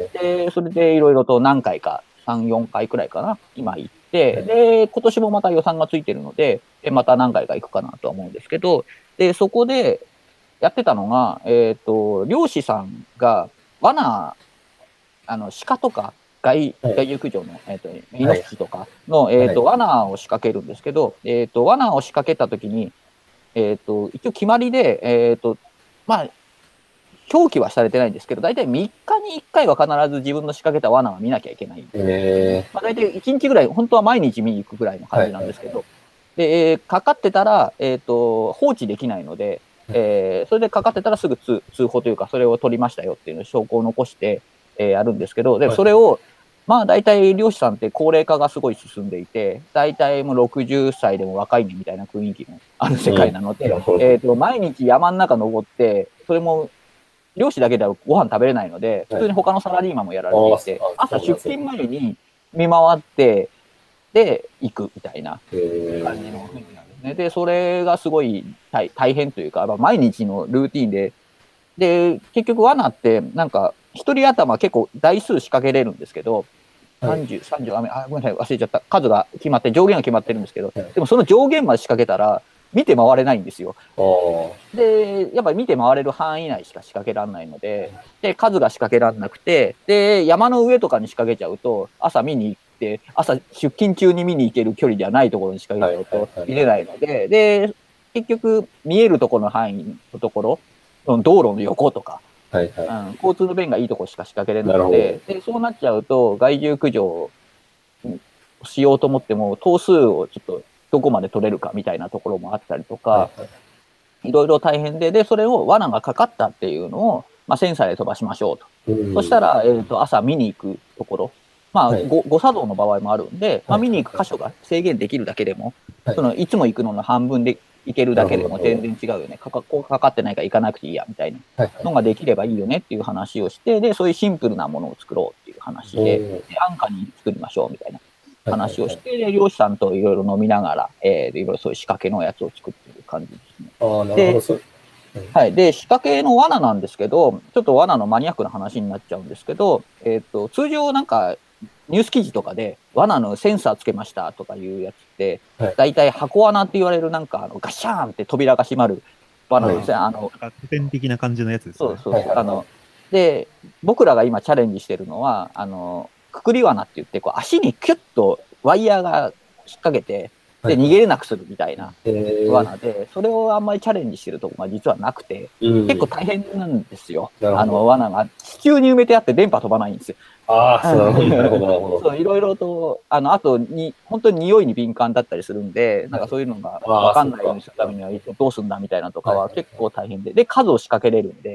で、それでいろいろと何回か、3、4回くらいかな、今行って、で、今年もまた予算がついてるので、また何回か行くかなとは思うんですけど、で、そこでやってたのが、漁師さんが罠、鹿とか、外遊駆除の、イノシシとかの、罠を仕掛けるんですけど、罠を仕掛けたときに、一応決まりで、まあ、表記はされてないんですけど、大体3日に1回は必ず自分の仕掛けた罠は見なきゃいけないんで、まあ、大体1日ぐらい、本当は毎日見に行くぐらいの感じなんですけど、で、かかってたら、放置できないので、それでかかってたらすぐ通報というか、それを取りましたよっていう証拠を残して、やるんですけど、で、それを、まあ大体漁師さんって高齢化がすごい進んでいて、大体もう60歳でも若いねみたいな雰囲気のある世界なので、毎日山の中登って、それも漁師だけではご飯食べれないので、普通に他のサラリーマンもやられていて、朝出勤前に見回って、で、行くみたいな感じの雰囲気なんですね。で、それがすごい大変というか、毎日のルーティンで、で、結局罠って、なんか、一人頭結構台数仕掛けれるんですけど、30、ごめんなさい、忘れちゃった。数が決まって、上限が決まってるんですけど、でもその上限まで仕掛けたら、見て回れないんですよ。で、やっぱり見て回れる範囲内しか仕掛けられないので、で、数が仕掛けられなくて、で、山の上とかに仕掛けちゃうと、朝見に行って、朝出勤中に見に行ける距離ではないところに仕掛けちゃうと見れないので、で、結局、見えるところの範囲のところ、道路の横とか、交通の便がいいところしか仕掛けれないので、でそうなっちゃうと、害獣駆除をしようと思っても、頭数をちょっとどこまで取れるかみたいなところもあったりとか、いろいろ大変で、で、それを罠がかかったっていうのを、まあ、センサーで飛ばしましょうと。そしたら、朝見に行くところ、まあ、誤作動の場合もあるんで、まあ、見に行く箇所が制限できるだけでも、いつも行くのの半分で行けるだけでも全然違うよね。こうかかってないから行かなくていいや、みたいなのができればいいよねっていう話をして、で、そういうシンプルなものを作ろうっていう話で、安価に作りましょうみたいな話をして、で、漁師さんといろいろ飲みながら、いろいろそういう仕掛けのやつを作っている感じですね。はい。で、仕掛けの罠なんですけど、ちょっと罠のマニアックな話になっちゃうんですけど、通常なんか、ニュース記事とかで、罠のセンサーつけましたとかいうやつって、大体箱罠って言われるなんか、ガシャーンって扉が閉まる罠ですね。 古典的な感じのやつですね。 そう。で、僕らが今チャレンジしてるのは、くくり罠って言って、こう足にキュッとワイヤーが引っ掛けて、で、逃げれなくするみたいな罠で、それをあんまりチャレンジしてるとこが実はなくて、結構大変なんですよ。罠が地中に埋めてあって電波飛ばないんですよ。 ああ、なるほど。 そう、いろいろと、あと本当に匂いに敏感だったりするんで、なんかそういうのがわかんないようにするためにはどうすんだみたいなとかは結構大変で、で、数を仕掛けれるんで、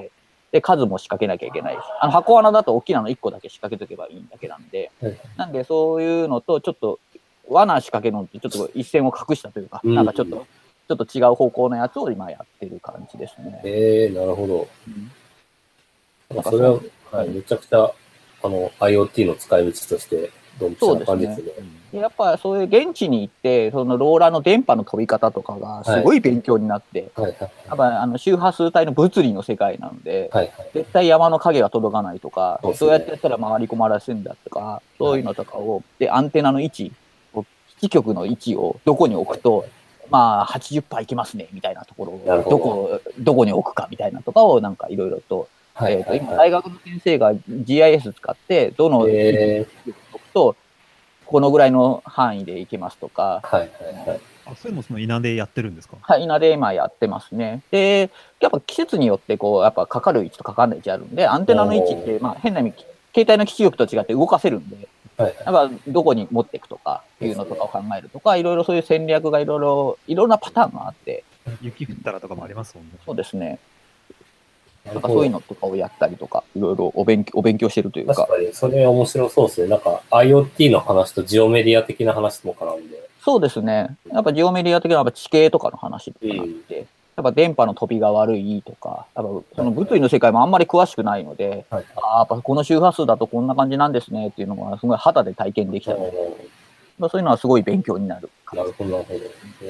で、数も仕掛けなきゃいけないし、箱罠だと大きなの1個だけ仕掛けとけばいいんだけなんで、なんでそういうのと、ちょっと、罠仕掛けるのってちょっと一線を画したというか、なんかちょっと違う方向のやつを今やってる感じですね。 なるほど。なんかそれは、めちゃくちゃ、IoT の使い道として、ドンピシャな感じですね。 やっぱそういう現地に行って、そのローラーの電波の飛び方とかがすごい勉強になって、やっぱ周波数帯の物理の世界なんで、絶対山の影が届かないとか、そうやってやったら回り込まらせるんだとか、そういうのとかを、で、アンテナの位置、基地局の位置をどこに置くと、まあ 80% いきますね、みたいなところを、どこに置くかみたいなとかをなんかいろいろと、今大学の先生が GIS 使って、どの位置に置くと、このぐらいの範囲でいけますとか。 それもその稲でやってるんですか？ はい、稲で今やってますね。で、やっぱ季節によってこう、やっぱかかる位置とかかんない位置あるんで、アンテナの位置って、まあ変な意味、携帯の基地局と違って動かせるんで、やっぱどこに持っていくとかいうのとかを考えるとか、いろいろそういう戦略がいろんなパターンがあって。 雪降ったらとかもありますもんね。 そうですね。なんかそういうのとかをやったりとか、いろいろお勉強してるというか。 確かに、それ面白そうですね。なんか IoT の話とジオメディア的な話も絡んで。 そうですね。やっぱジオメディア的な地形とかの話とかあって、やっぱ電波の飛びが悪いとか、やっぱその物理の世界もあんまり詳しくないので、やっぱこの周波数だとこんな感じなんですねっていうのがすごい肌で体験できたので、そういうのはすごい勉強になる。 なるほど、なるほ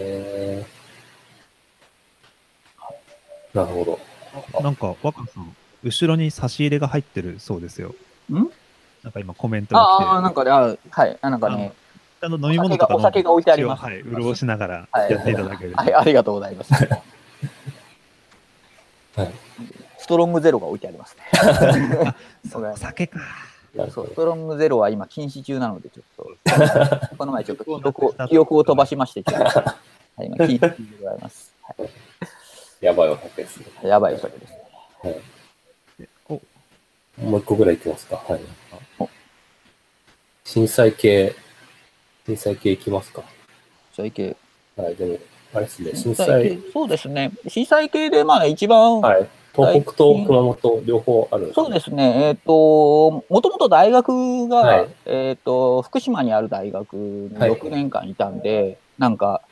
ど。なるほど。 なんか、若さん、後ろに差し入れが入ってるそうですよ。なんか今コメントが来て。 なんかね、はい、なんかね、 飲み物とかお酒が置いてあります。 はい、潤しながらやっていただける。 はい、ありがとうございます。ストロングゼロが置いてありますね。 お酒か。 そう、ストロングゼロは今禁止中なので、ちょっと、この前ちょっと記憶を飛ばしまして、今禁止中でございます。 やばいお酒ですね。 やばいお酒ですね。 もう一個ぐらいいきますか。はい。震災系いきますか。 震災系。 はい、でも、あれですね、震災。 そうですね。震災系で、まあ一番、 東北と熊本両方あるんですか？ そうですね。もともと大学が、福島にある大学に6年間いたんで、なんか、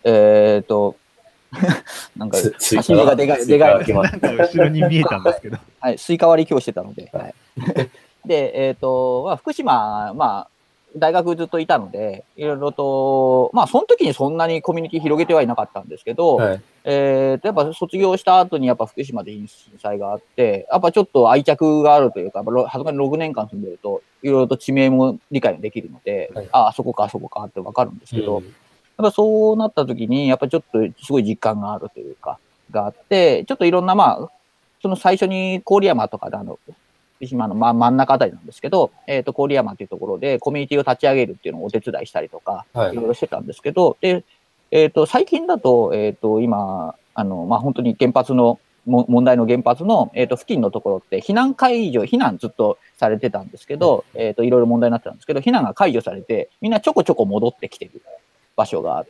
なんか、写真がでかい。 なんか後ろに見えたんですけど。 はい、スイカ割り今日してたので。はい、で、まあ、福島、まあ、大学ずっといたので、いろいろと、まあ、その時にそんなにコミュニティ広げてはいなかったんですけど、やっぱ卒業した後にやっぱ福島で震災があって、やっぱちょっと愛着があるというか、はずかに6年間住んでると、いろいろと地名も理解できるので、あそこかってわかるんですけど、やっぱそうなった時に、やっぱちょっとすごい実感があるというか、があって、ちょっといろんな、まあ、その最初に郡山とかで福島の真ん中あたりなんですけど、郡山っていうところでコミュニティを立ち上げるっていうのをお手伝いしたりとか、いろいろしてたんですけど、で、最近だと、今、まあ、本当に原発の、問題の原発の、付近のところって避難ずっとされてたんですけど、いろいろ問題になってたんですけど、避難が解除されて、みんなちょこちょこ戻ってきてる場所があって、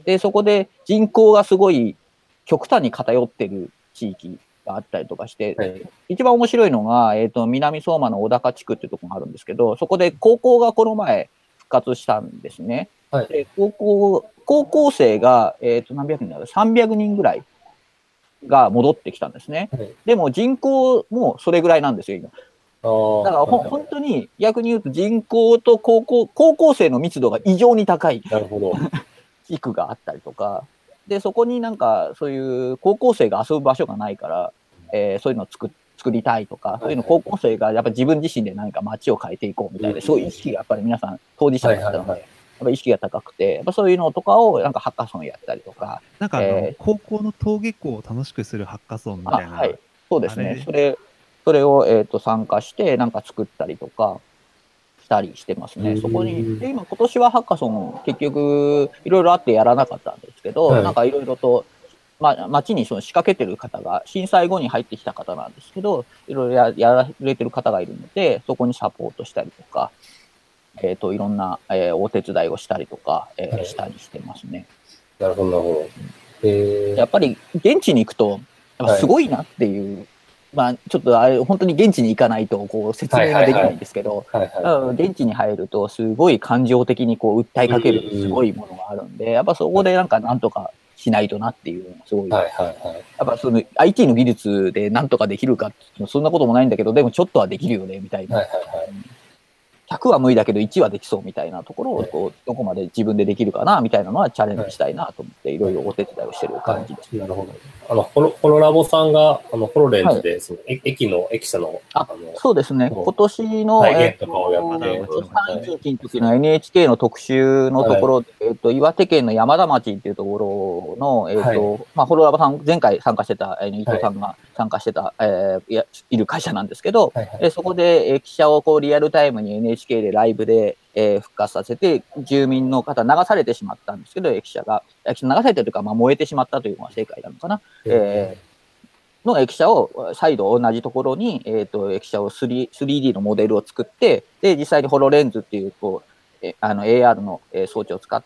で、そこで人口がすごい極端に偏ってる地域があったりとかして、一番面白いのが、南相馬の小高地区っていうところがあるんですけど、そこで高校がこの前復活したんですね。で高校生が、何百人だろう、300人ぐらいが戻ってきたんですね。でも人口もそれぐらいなんですよ、今。だから本当に逆に言うと人口と高校生の密度が異常に高い地区があったりとか、で、そこになんかそういう高校生が遊ぶ場所がないから、そういうのを作りたいとか、そういうの高校生がやっぱ自分自身で何か街を変えていこうみたいな、そういう意識がやっぱり皆さん当事者だったので、やっぱ意識が高くて、やっぱそういうのとかをなんかハッカソンやったりとか。 なんか高校の登下校を楽しくするハッカソンみたいな。 はい。そうですね。それを、参加して、なんか作ったりとか、したりしてますね。そこに、で、今年はハッカソン、結局、いろいろあってやらなかったんですけど、なんかいろいろと、町にその仕掛けてる方が、震災後に入ってきた方なんですけど、いろいろやられてる方がいるので、そこにサポートしたりとか、いろんな、お手伝いをしたりとか、したりしてますね。 なるほど、なるほど。 やっぱり現地に行くと、やっぱすごいなっていうまあ、ちょっとあれ、本当に現地に行かないと、こう、説明ができないんですけど、現地に入ると、すごい感情的にこう、訴えかけるすごいものがあるんで、やっぱそこでなんとかしないとなっていうのがすごい。やっぱその IT の技術でなんとかできるかって、そんなこともないんだけど、でもちょっとはできるよね、みたいな。100は無理だけど1はできそうみたいなところをこうどこまで自分でできるかなみたいなのはチャレンジしたいなと思っていろいろお手伝いをしてる感じです。 なるほど。ホロラボさんがホロレンズで、その駅舎のそうですね。今年の31日の時の NHK の特集のところで、岩手県の山田町っていうところのホロラボさん前回参加してた伊藤さんが参加してたいる会社なんですけど、そこで駅舎をこうリアルタイムに NHK でライブで復活させて、住民の方流されてしまったんですけど、駅舎流されてるというか、燃えてしまったというのが正解なのかな。の駅舎を再度同じところに、駅舎を 3D のモデルを作って、で、実際にホロレンズっていう、AR の装置を使って、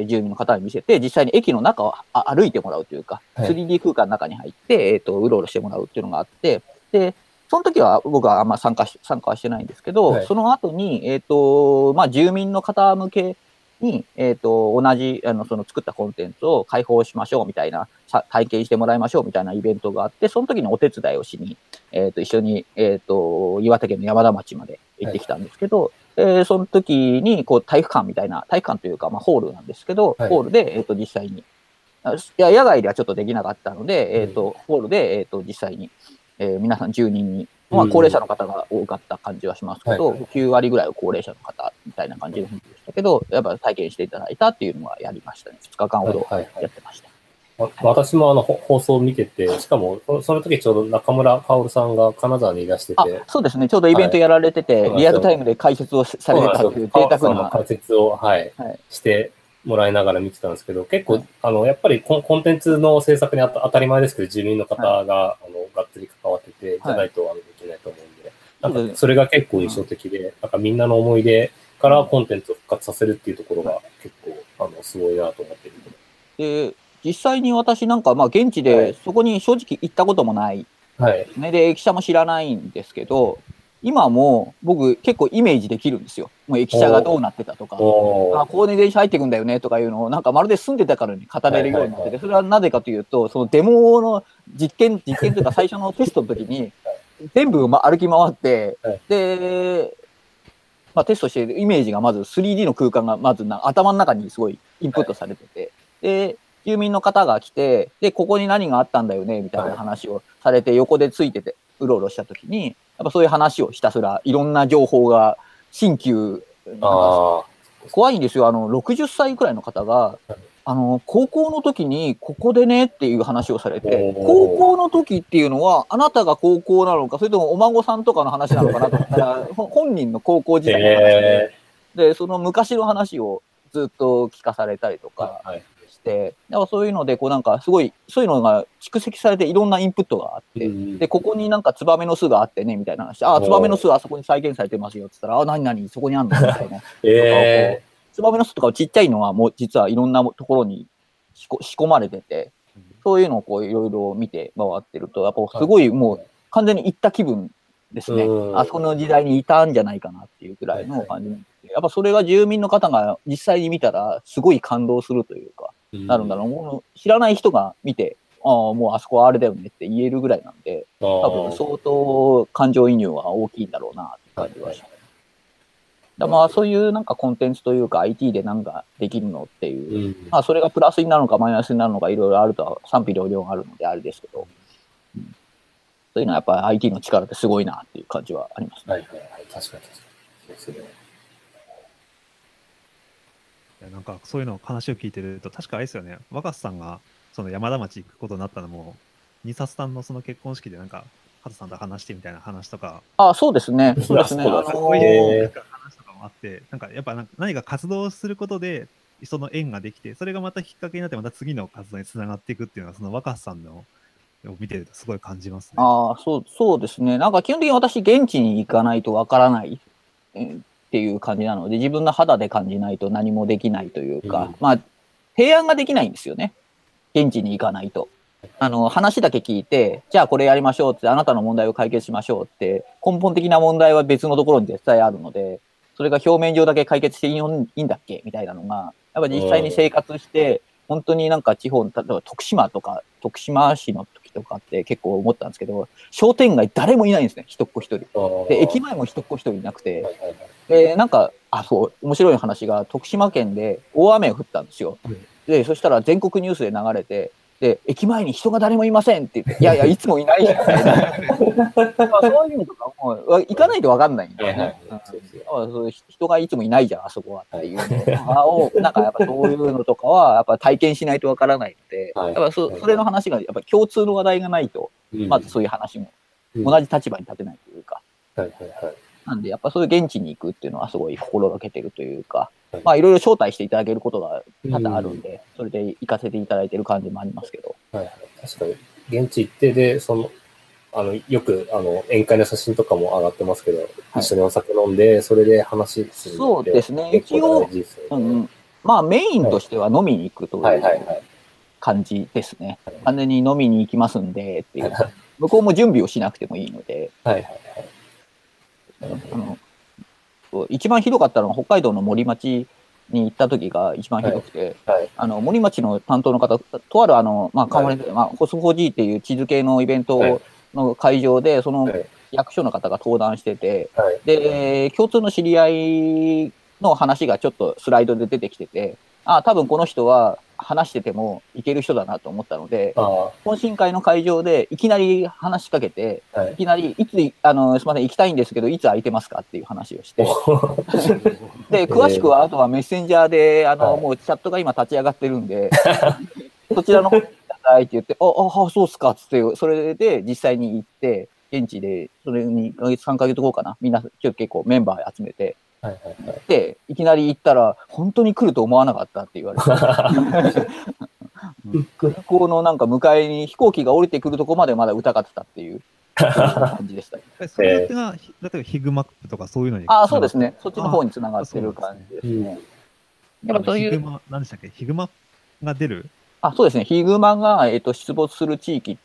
住民の方に見せて、実際に駅の中を歩いてもらうというか、3D 空間の中に入って、うろうろしてもらうっていうのがあって、で、その時は僕はあんま参加はしてないんですけど、その後に、住民の方向けに、同じ、その作ったコンテンツを開放しましょうみたいな、体験してもらいましょうみたいなイベントがあって、その時にお手伝いをしに、一緒に、岩手県の山田町まで行ってきたんですけど、その時に、こう、体育館というか、ホールなんですけど、ホールで、実際に、野外ではちょっとできなかったので、ホールで、実際に、皆さん10人に、高齢者の方が多かった感じはしますけど、9割ぐらいは高齢者の方みたいな感じの雰囲気でしたけど、やっぱ体験していただいたっていうのはやりましたね。2日間ほどやってました。 私も放送を見てて、しかもその時ちょうど中村薫さんが金沢にいらしてて。 そうですね。ちょうどイベントやられてて、リアルタイムで解説をされてたっていう贅沢な。 解説を、してもらいながら見てたんですけど、結構、やっぱりコンテンツの制作に当たり前ですけど、住民の方が、がっつり関わってて、じゃないとできないと思うんで、なんかそれが結構印象的で、なんかみんなの思い出からコンテンツを復活させるっていうところが結構、すごいなと思ってる。 で、実際に私なんか、現地でそこに正直行ったこともない。で、駅舎も知らないんですけど、今も僕結構イメージできるんですよ。もう駅舎がどうなってたとか、ここに電車入ってくんだよねとかいうのを、なんかまるで住んでたからに語れるようになってて、それはなぜかというと、そのデモの実験というか最初のテストの時に、全部歩き回って、で、テストしているイメージがまず 3D の空間がまず頭の中にすごいインプットされてて、で、住民の方が来て、で、ここに何があったんだよねみたいな話をされて、横でついてて、うろうろした時に、やっぱそういう話をひたすらいろんな情報が新旧怖いんですよ。60歳くらいの方が、高校の時にここでねっていう話をされて、高校の時っていうのはあなたが高校なのか、それともお孫さんとかの話なのかなと思ったら、本人の高校時代の話で、その昔の話をずっと聞かされたりとかして、だからそういうので、なんかすごい、そういうのが蓄積されていろんなインプットがあって、で、ここになんかツバメの巣があってね、みたいな話、ツバメの巣あそこに再現されてますよって言ったら、何そこにあんのみたいな。ツバメの巣とかちっちゃいのはもう実はいろんなところに仕込まれてて、そういうのをいろいろ見て回ってると、やっぱすごいもう完全に行った気分ですね。あそこの時代にいたんじゃないかなっていうくらいの感じで、やっぱそれが住民の方が実際に見たらすごい感動するというか、なるんだろう。もう知らない人が見て、もうあそこはあれだよねって言えるぐらいなんで、多分相当感情移入は大きいんだろうなって感じはします。そういうなんかコンテンツというか IT でなんかできるのっていう、それがプラスになるのかマイナスになるのかいろいろあるとは賛否両論あるのであれですけど、そういうのはやっぱり IT の力ってすごいなっていう感じはありますね。 確かに。ですね。 なんかそういうの話を聞いてると、確かあれですよね、若狭さんがその山田町行くことになったのも、ニサスさんのその結婚式でなんか、畑さんと話してみたいな話とか。 そうですね。そうですね。 そういう話とかもあって、なんかやっぱ何か活動することで、その縁ができて、それがまたきっかけになって、また次の活動につながっていくっていうのは、その若狭さんのを見てるとすごい感じますね。 そうですね。なんか基本的に私、現地に行かないとわからない。っていう感じなので、自分の肌で感じないと何もできないというか、提案ができないんですよね。現地に行かないと。 話だけ聞いて、じゃあこれやりましょうって、あなたの問題を解決しましょうって、根本的な問題は別のところに絶対あるので、それが表面上だけ解決していいんだっけみたいなのが、やっぱ実際に生活して、本当になんか地方、例えば徳島とか、徳島市の時とかって結構思ったんですけど、商店街誰もいないんですね、一っ子一人。で、駅前も一っ子一人いなくて、で、なんか、そう、面白い話が、徳島県で大雨が降ったんですよ。で、そしたら全国ニュースで流れて、で、駅前に人が誰もいませんって言って、いやいや、いつもいないじゃんみたいな。そういうのとかも、行かないと分かんないんだよね。人がいつもいないじゃん、あそこはっていうのを、なんかやっぱそういうのとかは、やっぱ体験しないと分からないので、やっぱそれの話が、やっぱ共通の話題がないと、まずそういう話も、同じ立場に立てないというか。なんで、やっぱそういう現地に行くっていうのはすごい心がけてるというか、まあいろいろ招待していただけることが多々あるんで、それで行かせていただいてる感じもありますけど。 確かに、現地行ってで、よく、宴会の写真とかも上がってますけど、一緒にお酒飲んで、それで話するそうですね。一応、まあメインとしては飲みに行くという感じですね。完全に飲みに行きますんで、っていう。向こうも準備をしなくてもいいので。一番ひどかったのは北海道の森町に行った時が一番ひどくて、森町の担当の方、とあるカンファレンス、ホス 4G っていう地図系のイベントの会場で、その役所の方が登壇してて、で、共通の知り合いの話がちょっとスライドで出てきてて、多分この人は話しててもいける人だなと思ったので、懇親会の会場でいきなり話しかけて、いきなり、すみません、行きたいんですけど、いつ空いてますかっていう話をして、で、詳しくは、あとはメッセンジャーで、もうチャットが今立ち上がってるんで、そちらの方に行きたいって言って、そうっすかっつって、それで実際に行って、現地で、それに2ヶ月、3ヶ月後かな、みんな結構メンバー集めて、で、いきなり行ったら、本当に来ると思わなかったって言われて。空港のなんか迎えに飛行機が降りてくるとこまでまだ疑ってたっていう感じでした。 それが、例えばヒグマップとかそういうのに。 そうですね。そっちの方に繋がってる感じですね。 やっぱそういう。何でしたっけ？ヒグマが出る？ そうですね。ヒグマが、出没する地域って、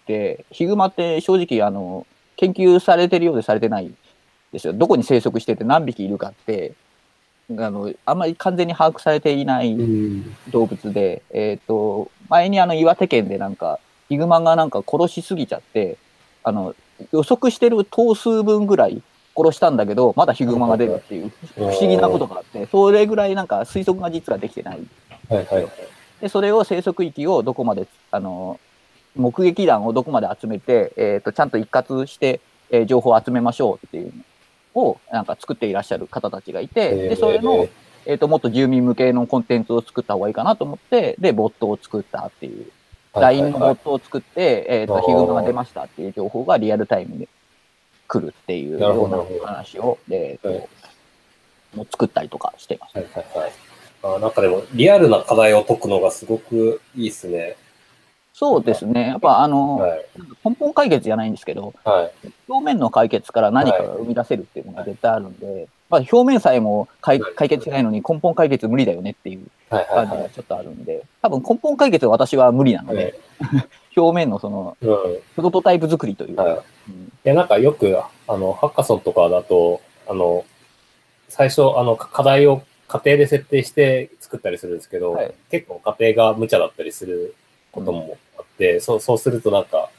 ヒグマって正直、研究されてるようでされてないですよ。どこに生息してて何匹いるかって、あんまり完全に把握されていない動物で、前に岩手県でなんか、ヒグマがなんか殺しすぎちゃって、予測してる頭数分ぐらい殺したんだけど、まだヒグマが出るっていう不思議なことがあって、それぐらいなんか推測が実はできてない。で、それを生息域をどこまで、目撃談をどこまで集めて、ちゃんと一括して、情報を集めましょうっていうのをなんか作っていらっしゃる方たちがいて、で、それの、もっと住民向けのコンテンツを作った方がいいかなと思って、で、ボットを作ったっていう。LINE のボットを作って、ヒグマが出ましたっていう情報がリアルタイムで来るっていうような話を、もう作ったりとかしてます。 なんかでも、リアルな課題を解くのがすごくいいですね。 そうですね。やっぱ根本解決じゃないんですけど、表面の解決から何かが生み出せるっていうのが絶対あるんで、表面さえも解決しないのに根本解決無理だよねっていう感じがちょっとあるんで、多分根本解決は私は無理なので、表面のその、プロトタイプ作りというか。いや、なんかよく、ハッカソンとかだと、最初、課題を家庭で設定して作ったりするんですけど、結構家庭が無茶だったりすることもあって、そうするとなんか、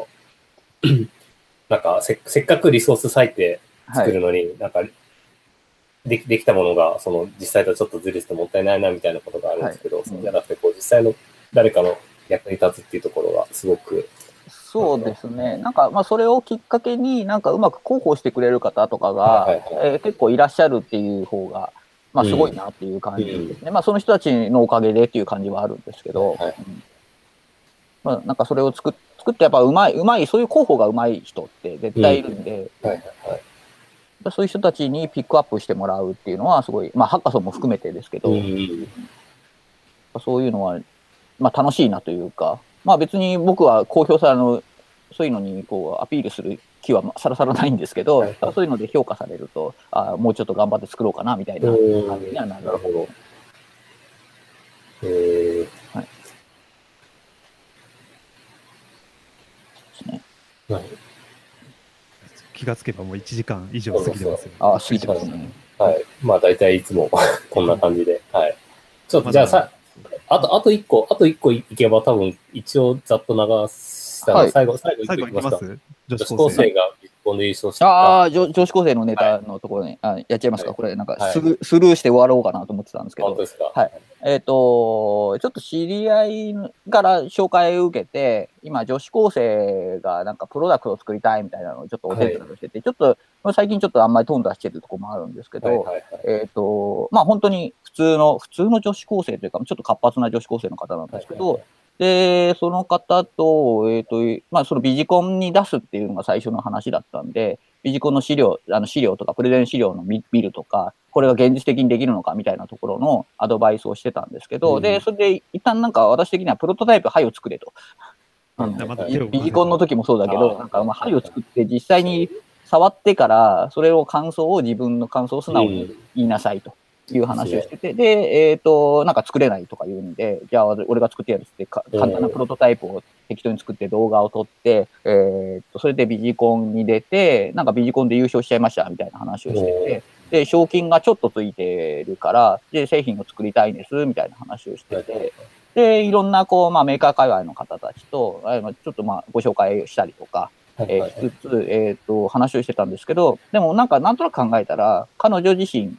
なんかせっかくリソース割いて作るのに、なんか、できたものが、実際とちょっとずれててもったいないなみたいなことがあるんですけど、そうじゃなくて、実際の誰かの役に立つっていうところがすごく。 そうですね。なんか、それをきっかけになんかうまく広報してくれる方とかが、結構いらっしゃるっていう方が、すごいなっていう感じですね。その人たちのおかげでっていう感じはあるんですけど、なんかそれを作ってやっぱうまい、そういう広報がうまい人って絶対いるんで、そういう人たちにピックアップしてもらうっていうのはすごい、ハッカソンも含めてですけど、そういうのは、楽しいなというか、別に僕は公表さそういうのにこうアピールする気はさらさらないんですけど、そういうので評価されると、もうちょっと頑張って作ろうかなみたいな感じにはなる。 なるほど。 はい、 気がつけばもう1時間以上過ぎてますよ、ね。 あ、過ぎてますね。 はい。まあ大体いつもこんな感じで。はい。ちょっとじゃああと一個いけば多分一応ざっと流したら、最後一個いきますか。女子高生が一本で優勝した。 ああ、女子高生のネタのところに、やっちゃいますか。これなんかスルーして終わろうかなと思ってたんですけど。 本当ですか。 はい。ちょっと知り合いから紹介を受けて、今女子高生がなんかプロダクトを作りたいみたいなのをちょっとお手伝いをしてて、ちょっと最近ちょっとあんまり頓挫してるところもあるんですけど、まあ本当に普通の女子高生というか、ちょっと活発な女子高生の方なんですけど、で、その方と、まあ、そのビジコンに出すっていうのが最初の話だったんで、ビジコンの資料とか、プレゼン資料の見るとか、これが現実的にできるのかみたいなところのアドバイスをしてたんですけど、で、それで一旦なんか私的にはプロトタイプ、はいを作れと。ビジコンの時もそうだけど、なんか、はいを作って実際に触ってから、それを自分の感想を素直に言いなさいと。いう話をしてて、で、なんか作れないとか言うんで、じゃあ俺が作ってやるって簡単なプロトタイプを適当に作って動画を撮って、それでビジコンに出て、なんかビジコンで優勝しちゃいましたみたいな話をしてて、で、賞金がちょっとついてるから、で、製品を作りたいんですみたいな話をしてて、で、いろんなこう、まあメーカー界隈の方たちと、ちょっとまあご紹介したりとか、しつつ、話をしてたんですけど、でもなんとなく考えたら、彼女自身って、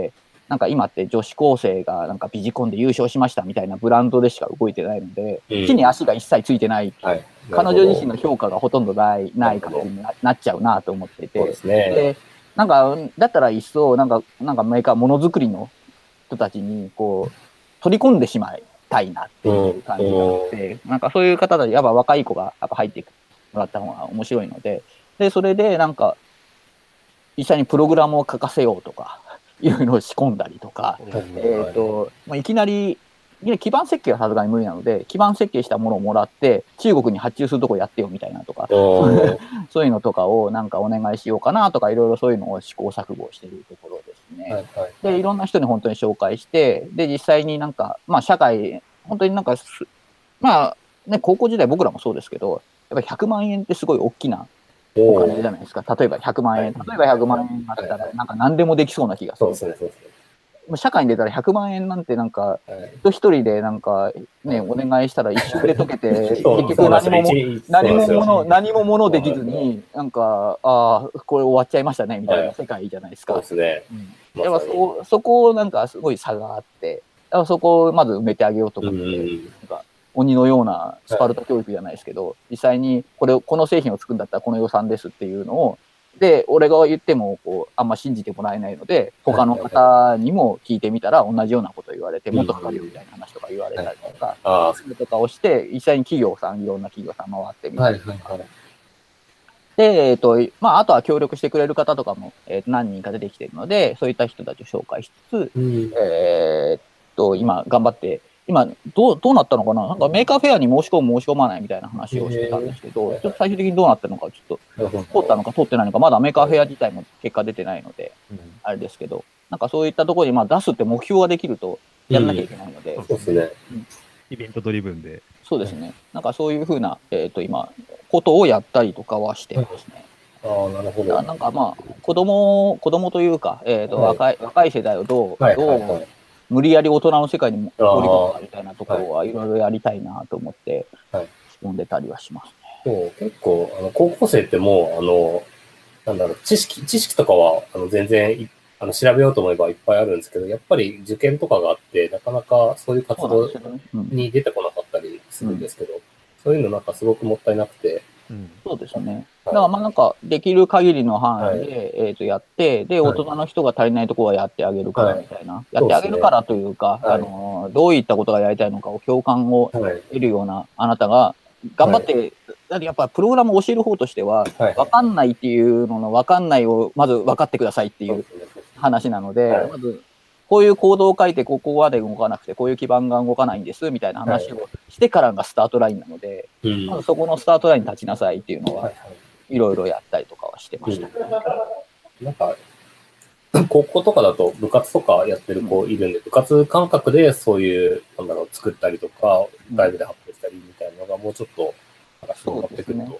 なんか今って女子高生がなんかビジコンで優勝しましたみたいなブランドでしか動いてないので、地に足が一切ついてない。彼女自身の評価がほとんどない感じになっちゃうなと思ってて。で、なんか、だったら一層、なんかメーカーものづくりの人たちに、こう、取り込んでしまいたいなっていう感じがあって、なんかそういう方たち、やっぱ若い子がやっぱ入ってもらった方が面白いので、で、それでなんか、実際にプログラムを書かせようとか、いうのを仕込んだりとか、いきなり基盤設計はさすがに無理なので、基盤設計したものをもらって、中国に発注するとこやってよみたいなとか、そういうのとかをなんかお願いしようかなとか、いろいろそういうのを試行錯誤しているところですね。で、いろんな人に本当に紹介して、で、実際になんか、まあ社会、本当になんか、まあね、高校時代僕らもそうですけど、やっぱり100万円ってすごい大きなお金じゃないですか。例えば100万円。例えば100万円あったら、なんか何でもできそうな気がする。社会に出たら100万円なんてなんか、人一人でなんかね、お願いしたら一瞬で解けて、結局何も物できずに、なんか、これ終わっちゃいましたね、みたいな世界じゃないですか。 そうですね。 やっぱそこをなんかすごい差があって、そこをまず埋めてあげようと思って、なんか鬼のようなスパルタ教育じゃないですけど、実際にこの製品を作るんだったらこの予算ですっていうのを、で、俺が言ってもあんま信じてもらえないので、他の方にも聞いてみたら同じようなこと言われて、もっとかかるよみたいな話とか言われたりとか、それとかをして、実際にいろんな企業さん回ってみたりとか。で、まあ、あとは協力してくれる方とかも、何人か出てきているので、そういった人たちを紹介しつつ、今頑張って、今、どうなったのかな、なんかメーカーフェアに申し込まないみたいな話をしてたんですけど、ちょっと最終的にどうなったのか、ちょっと、通ったのか通ってないのか、まだメーカーフェア自体も結果出てないので、あれですけど、なんかそういったところにまあ出すって目標ができると、やらなきゃいけないので。 そうですね。 イベントドリブンで。 そうですね。なんかそういうふうな、今、ことをやったりとかはしてますね。 なるほど。 なんかまあ、子供というか、若い世代をどう無理やり大人の世界に盛り込むかみたいなところはいろいろやりたいなと思って仕込んでたりはしますね。結構高校生ってもうなんだろう、知識とかは全然調べようと思えばいっぱいあるんですけど、やっぱり受験とかがあってなかなかそういう活動に出てこなかったりするんですけど、そういうのなんかすごくもったいなくて。 そうですね。だからまあなんかできる限りの範囲で、やって、で、大人の人が足りないところはやってあげるからみたいな。やってあげるからというか、どういったことがやりたいのかを共感を得るようなあなたが頑張って、だってやっぱプログラムを教える方としては、わかんないっていうののわかんないをまず分かってくださいっていう話なので、まず、こういうコードを書いて、ここまで動かなくて、こういう基盤が動かないんです、みたいな話をしてからがスタートラインなので、まずそこのスタートラインに立ちなさいっていうのは、いろいろやったりとかはしてました。 なんか、高校とかだと部活とかやってる子いるんで、部活感覚でそういう、作ったりとか、ライブで発表したりみたいなのがもうちょっと、広がってくるというか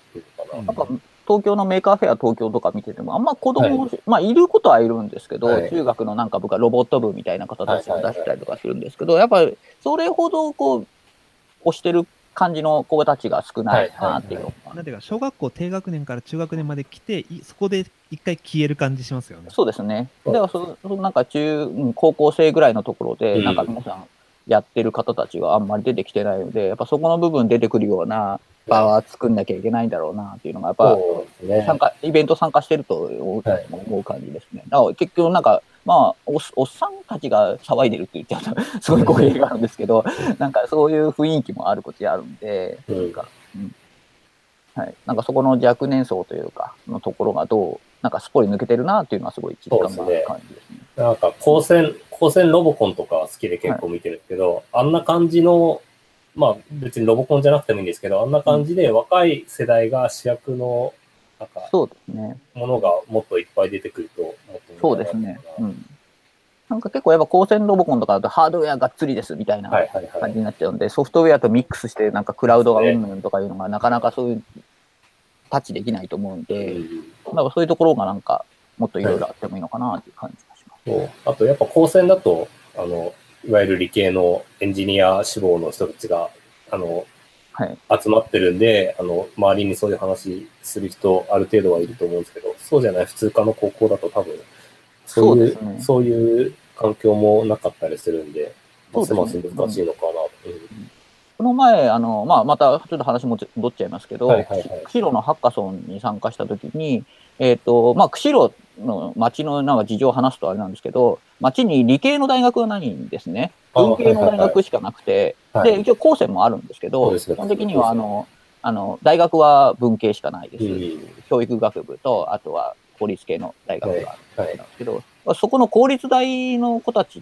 な。 なんか東京のメーカーフェア東京とか見てても、あんま子供、まあいることはいるんですけど、中学のなんか僕はロボット部みたいな方たちを出したりとかするんですけど、やっぱりそれほどこう、押してる感じの子たちが少ないなっていうのが。 なんていうか、小学校低学年から中学年まで来て、そこで一回消える感じしますよね。 そうですね。だからなんか高校生ぐらいのところで、なんか皆さんやってる方たちがあんまり出てきてないので、やっぱそこの部分出てくるような場は作んなきゃいけないんだろうなっていうのが、やっぱ、イベント参加してると思う感じですね。だから結局なんか、まあおっさんたちが騒いでるって言っちゃうと、すごい語弊があるんですけど、なんかそういう雰囲気もあることやあるんで、はい、なんかそこの若年層というか、のところがなんかすっぽり抜けてるなっていうのはすごい実感がある感じですね。 なんか光線ロボコンとか好きで結構見てるんですけど、あんな感じの、まあ別にロボコンじゃなくてもいいんですけど、あんな感じで若い世代が主役の、なんか、 そうですね。 ものがもっといっぱい出てくると思ってます。 そうですね。なんか結構やっぱ光線ロボコンとかだとハードウェアがっつりですみたいな感じになっちゃうんで、ソフトウェアとミックスしてなんかクラウドがうんぬんとかいうのがなかなかそういうタッチできないと思うんで、だからそういうところがなんかもっといろいろあってもいいのかなっていう感じがします。 あとやっぱ光線だと、いわゆる理系のエンジニア志望の人たちが、集まってるんで、周りにそういう話する人、ある程度はいると思うんですけど、そうじゃない普通科の高校だと多分、そういう環境もなかったりするんで、ますます難しいのかな。 この前、またちょっと話戻っちゃいますけど、釧路のハッカソンに参加したときに、釧路の町のなんか事情を話すとあれなんですけど、町に理系の大学がないんですね。文系の大学しかなくて、で、一応高専もあるんですけど、基本的には大学は文系しかないです。教育学部と、あとは公立系の大学があるんですけど、そこの公立大の子たちって、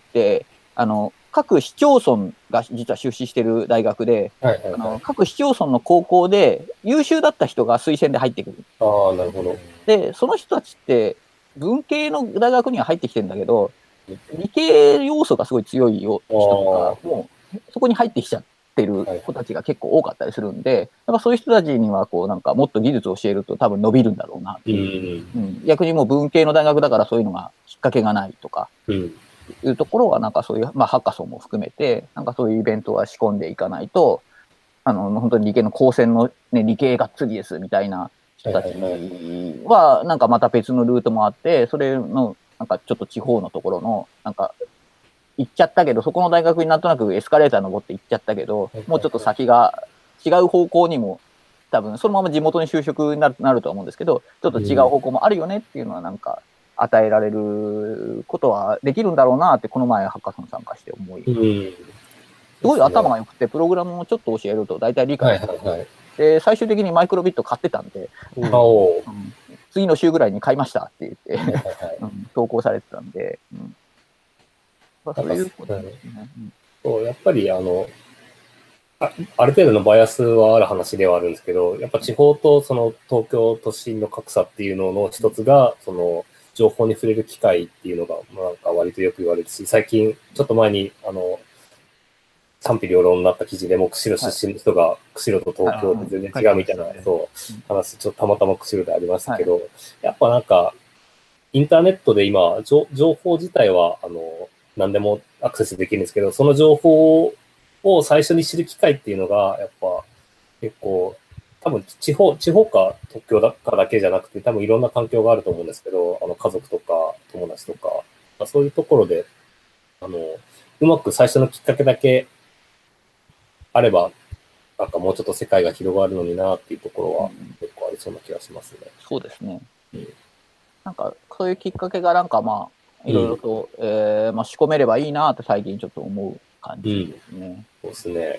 各市町村が実は出資している大学で、各市町村の高校で優秀だった人が推薦で入ってくる。 ああ、なるほど。 で、その人たちって文系の大学には入ってきてるんだけど、理系要素がすごい強い人が、もうそこに入ってきちゃってる子たちが結構多かったりするんで、だからそういう人たちにはこうなんかもっと技術を教えると多分伸びるんだろうなっていう。逆にもう文系の大学だからそういうのがきっかけがないとか。いうところは、なんかそういう、ハッカソンも含めて、なんかそういうイベントは仕込んでいかないと、本当に理系の高専のね、理系がっつりですみたいな人たちは、なんかまた別のルートもあって、それの、なんかちょっと地方のところの、なんか、行っちゃったけど、そこの大学になんとなくエスカレーター登って行っちゃったけど、もうちょっと先が違う方向にも、多分、そのまま地元に就職になるとは思うんですけど、ちょっと違う方向もあるよねっていうのはなんか、与えられることはできるんだろうなって、この前ハッカソン参加して思い、すごい頭が良くて、プログラムをちょっと教えると大体理解して、で、最終的にマイクロビット買ってたんで、次の週ぐらいに買いましたって言って投稿されてたんで、そういうことですね。 やっぱりある程度のバイアスはある話ではあるんですけど、やっぱ地方とその東京都心の格差っていうのの一つが、その情報に触れる機会っていうのが、なんか割とよく言われるし、最近、ちょっと前に、賛否両論になった記事でも、釧路出身の人が、釧路と東京って全然違うみたいな、話、ちょっとたまたま釧路でありましたけど、やっぱなんか、インターネットで今、情報自体は、何でもアクセスできるんですけど、その情報を最初に知る機会っていうのが、やっぱ、結構、多分地方か東京かだけじゃなくて、多分いろんな環境があると思うんですけど、家族とか友達とか、そういうところで、うまく最初のきっかけだけあれば、なんかもうちょっと世界が広がるのになっていうところは結構ありそうな気がしますね。 そうですね。なんか、そういうきっかけがなんかいろいろと、仕込めればいいなって最近ちょっと思う感じですね。 そうですね。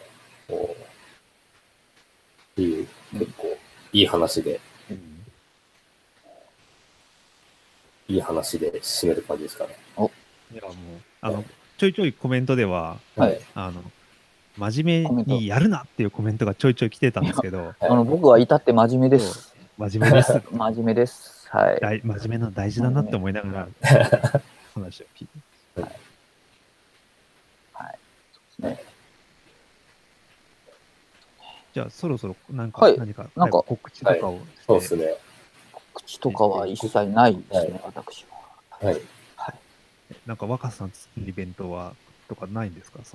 結構いい話で、いい話で締める感じですかね。 いやもうちょいちょいコメントでは、真面目にやるなっていうコメントがちょいちょい来てたんですけど、 僕は至って真面目です。 真面目です。 真面目です。はい。 真面目な大事だなって思いながら話を聞いて。 はい。そうですね。 じゃあ、そろそろ何か告知とかをして、 そうですね。 告知とかは一切ないですね、私は。 はい。 なんか若さん作るイベントとかないんですか？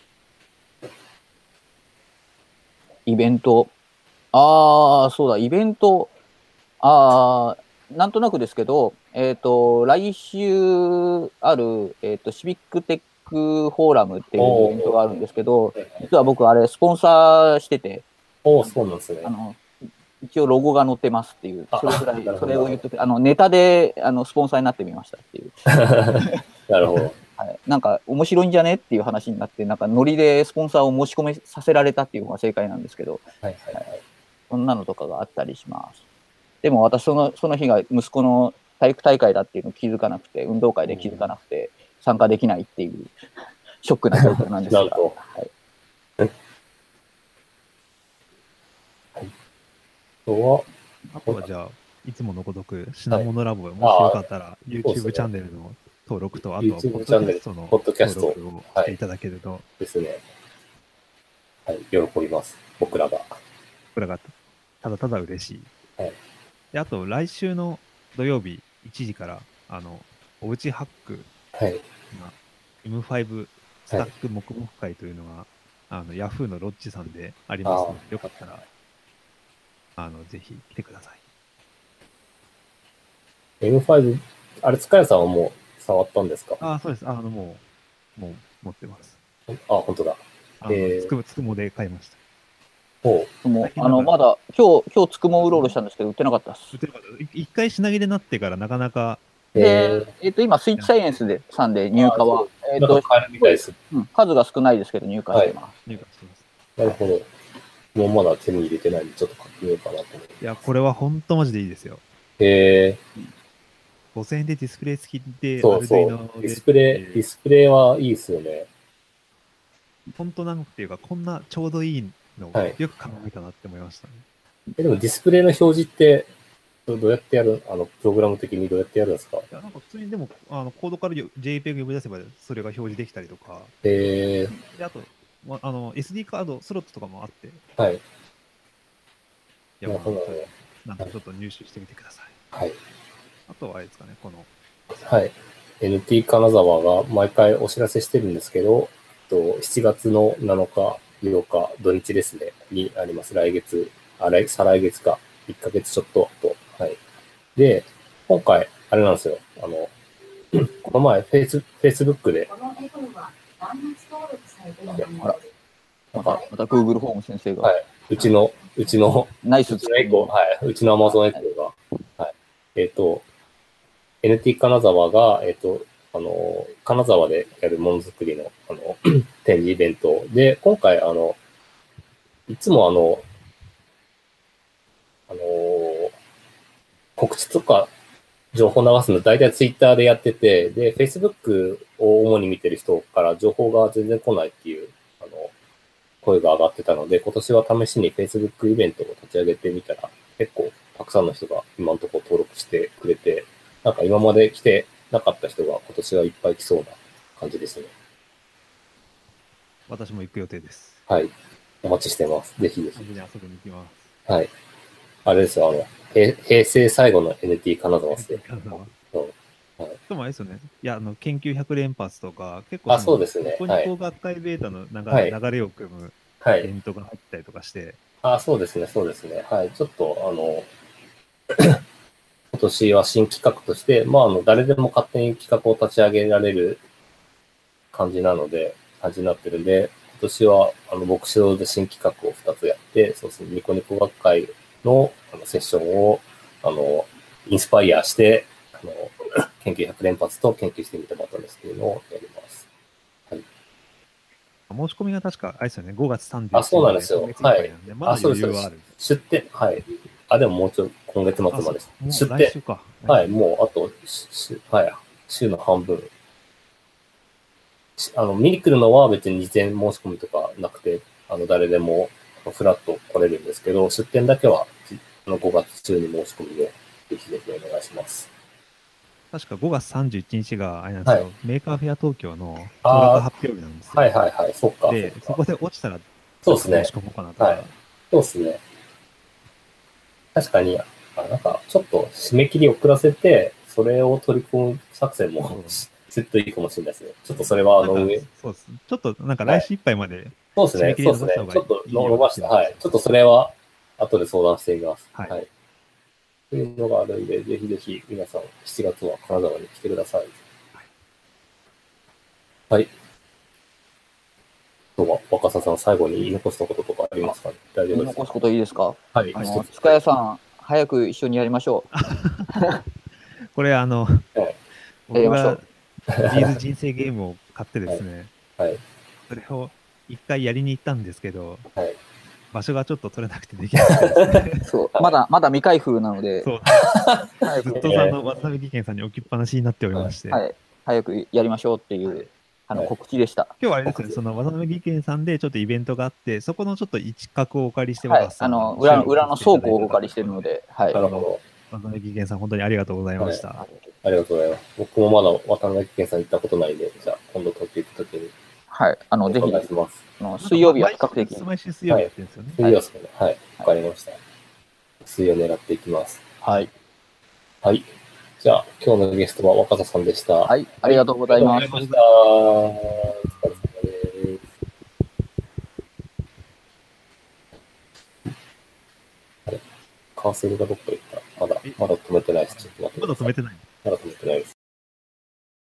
イベント。そうだ、イベント。なんとなくですけど、来週ある、シビックテックフォーラムっていうイベントがあるんですけど、実は僕あれスポンサーしてて、 そうなんですね。 一応ロゴが載ってますっていう、それぐらい、それを言ってて、ネタでスポンサーになってみましたっていう。 なるほど。 はい、なんか面白いんじゃねっていう話になって、なんかノリでスポンサーを申し込めさせられたっていうのが正解なんですけど、そんなのとかがあったりします。でも私その日が息子の体育大会だっていうのを気づかなくて、運動会で気づかなくて、参加できないっていうショックな状況なんですが。 あとはじゃあ、いつものごとく品物ラボ、もしよかったら YouTube チャンネルの登録と、あとはポッドキャストの登録をしていただけると。 ですね。はい、喜びます。僕らがただただ嬉しい。で、あと来週の土曜日1時から、おうちハックが M5 スタック黙々会というのが、Yahoo のロッチさんでありますので、よかったら、ぜひ来てください。 M5、あれ、塚谷さんはもう触ったんですか？ そうです。もう持ってます。 本当だ。 つくもで買いました。 まだ、今日つくもうろうろしたんですけど、売ってなかったです。 売ってなかった。一回品切れになってからなかなか。 で、今、スイッチサイエンスさんで入荷は、数が少ないですけど、入荷してます。 なるほど。もうまだ手に入れてないんで、ちょっと買ってみようかなと思って。 いや、これは本当マジでいいですよ。 5000 円でディスプレイ付きで、 そう。ディスプレイはいいですよね。 本当なんていうか、こんなちょうどいいのよく考えたなって思いましたね。 でもディスプレイの表示って、どうやってやる、プログラム的にどうやってやるんですか？ いや、なんか普通にでも、コードから JPEG 呼び出せばそれが表示できたりとか。 で、 あと、SD カード、スロットとかもあって。 はい。 いや、なんかちょっと入手してみてください。 はい。 あとはあれですかね、 はい。NT 金沢が毎回お知らせしてるんですけど、7月の7日、8日、土日ですね、にあります。再来月か、1ヶ月ちょっと後。はい。で、今回、あれなんですよ。この前、Facebook で。 また Google ホーム先生が。 はい。うちの、 ナイスエコー、はい。うちの Amazon エコーが、はい。NT 金沢が、金沢でやるものづくりの、展示イベントで、今回、いつも告知とか情報流すの大体ツイッターでやってて、で、Facebook を主に見てる人から情報が全然来ないっていう、声が上がってたので、今年は試しに Facebook イベントを立ち上げてみたら、結構たくさんの人が今のところ登録してくれて、なんか今まで来てなかった人が今年はいっぱい来そうな感じですね。 私も行く予定です。 はい。お待ちしてます。ぜひぜひ。 遊びに行きます。 はい。あれですよ、平成最後の NT 金沢ですね。 でもあれですよね。いや、研究100連発とか、結構そうですね。 ニコニコ学会ベータの流れを組むイベントが入ったりとかして。 そうですね。はい。ちょっと、今年は新企画として、誰でも勝手に企画を立ち上げられる感じになってるんで、今年は、僕主導で新企画を2つやって、そうですね、ニコニコ学会のセッションを、インスパイアして、研究100連発と研究してみてもらったんですけいうのをやります。はい。 申し込みが確か、あれですよね、5月31日。 そうなんですよ。はい。 まだ余裕はある。 出店、はい。でももうちょっと今月末まで。 出店。来週か。 はい、もうあと、週の半分。見に来るのは別に事前申し込みとかなくて、誰でもフラッと来れるんですけど、出店だけは5月中に申し込みで、ぜひぜひお願いします。 確か5月31日があれなんですよ、メーカーフェア東京の登録発表日なんですよ。 そっか。 で、そこで落ちたら、 そうですね。 申し込もうかなとか。 そうですね。確かに、なんか、ちょっと締め切り遅らせて、それを取り込む作戦もするといいかもしれないですね。ちょっとそれは、 そうです。ちょっとなんか来週いっぱいまで締め切り伸ばした方がいい。 ちょっと伸ばした。はい。ちょっとそれは、後で相談してみます。 はい。 というのがあるんで、ぜひぜひ皆さん、7月は金沢に来てください。はい。今日は若狭さん、最後に言い残したこととかありますかね。大丈夫ですか。 言い残すこといいですか。 はい。 塚谷さん、早く一緒にやりましょう。 これ僕がジーズ人生ゲームを買ってですね、 はい。 それを一回やりに行ったんですけど、 はい。 場所がちょっと取れなくてできなくてですね。 そう、まだ未開封なので、 そう。ずっと渡辺技研さんに置きっぱなしになっておりまして。 はい。早くやりましょうっていう、告知でした。 今日はあれですね、その渡辺技研さんでちょっとイベントがあって、そこのちょっと一角をお借りして、 はい、裏の倉庫をお借りしてるので、はい。 なるほど。 渡辺技研さん、本当にありがとうございました。 ありがとうございます。僕もまだ渡辺技研さん行ったことないんで、じゃあ今度東京行くときに。 はい。ぜひ、 お願いします。 水曜日は比較的。 毎週水曜日やってるんですよね。 水曜ですね。はい。わかりました。水曜狙っていきます。 はい。 はい。じゃあ、今日のゲストは若狭さんでした。 はい。ありがとうございます。 ありがとうございました。お疲れ様です。あれカーセルがどっか行った。まだ止めてないです。ちょっと待って。 まだ止めてない。 まだ止めてないです。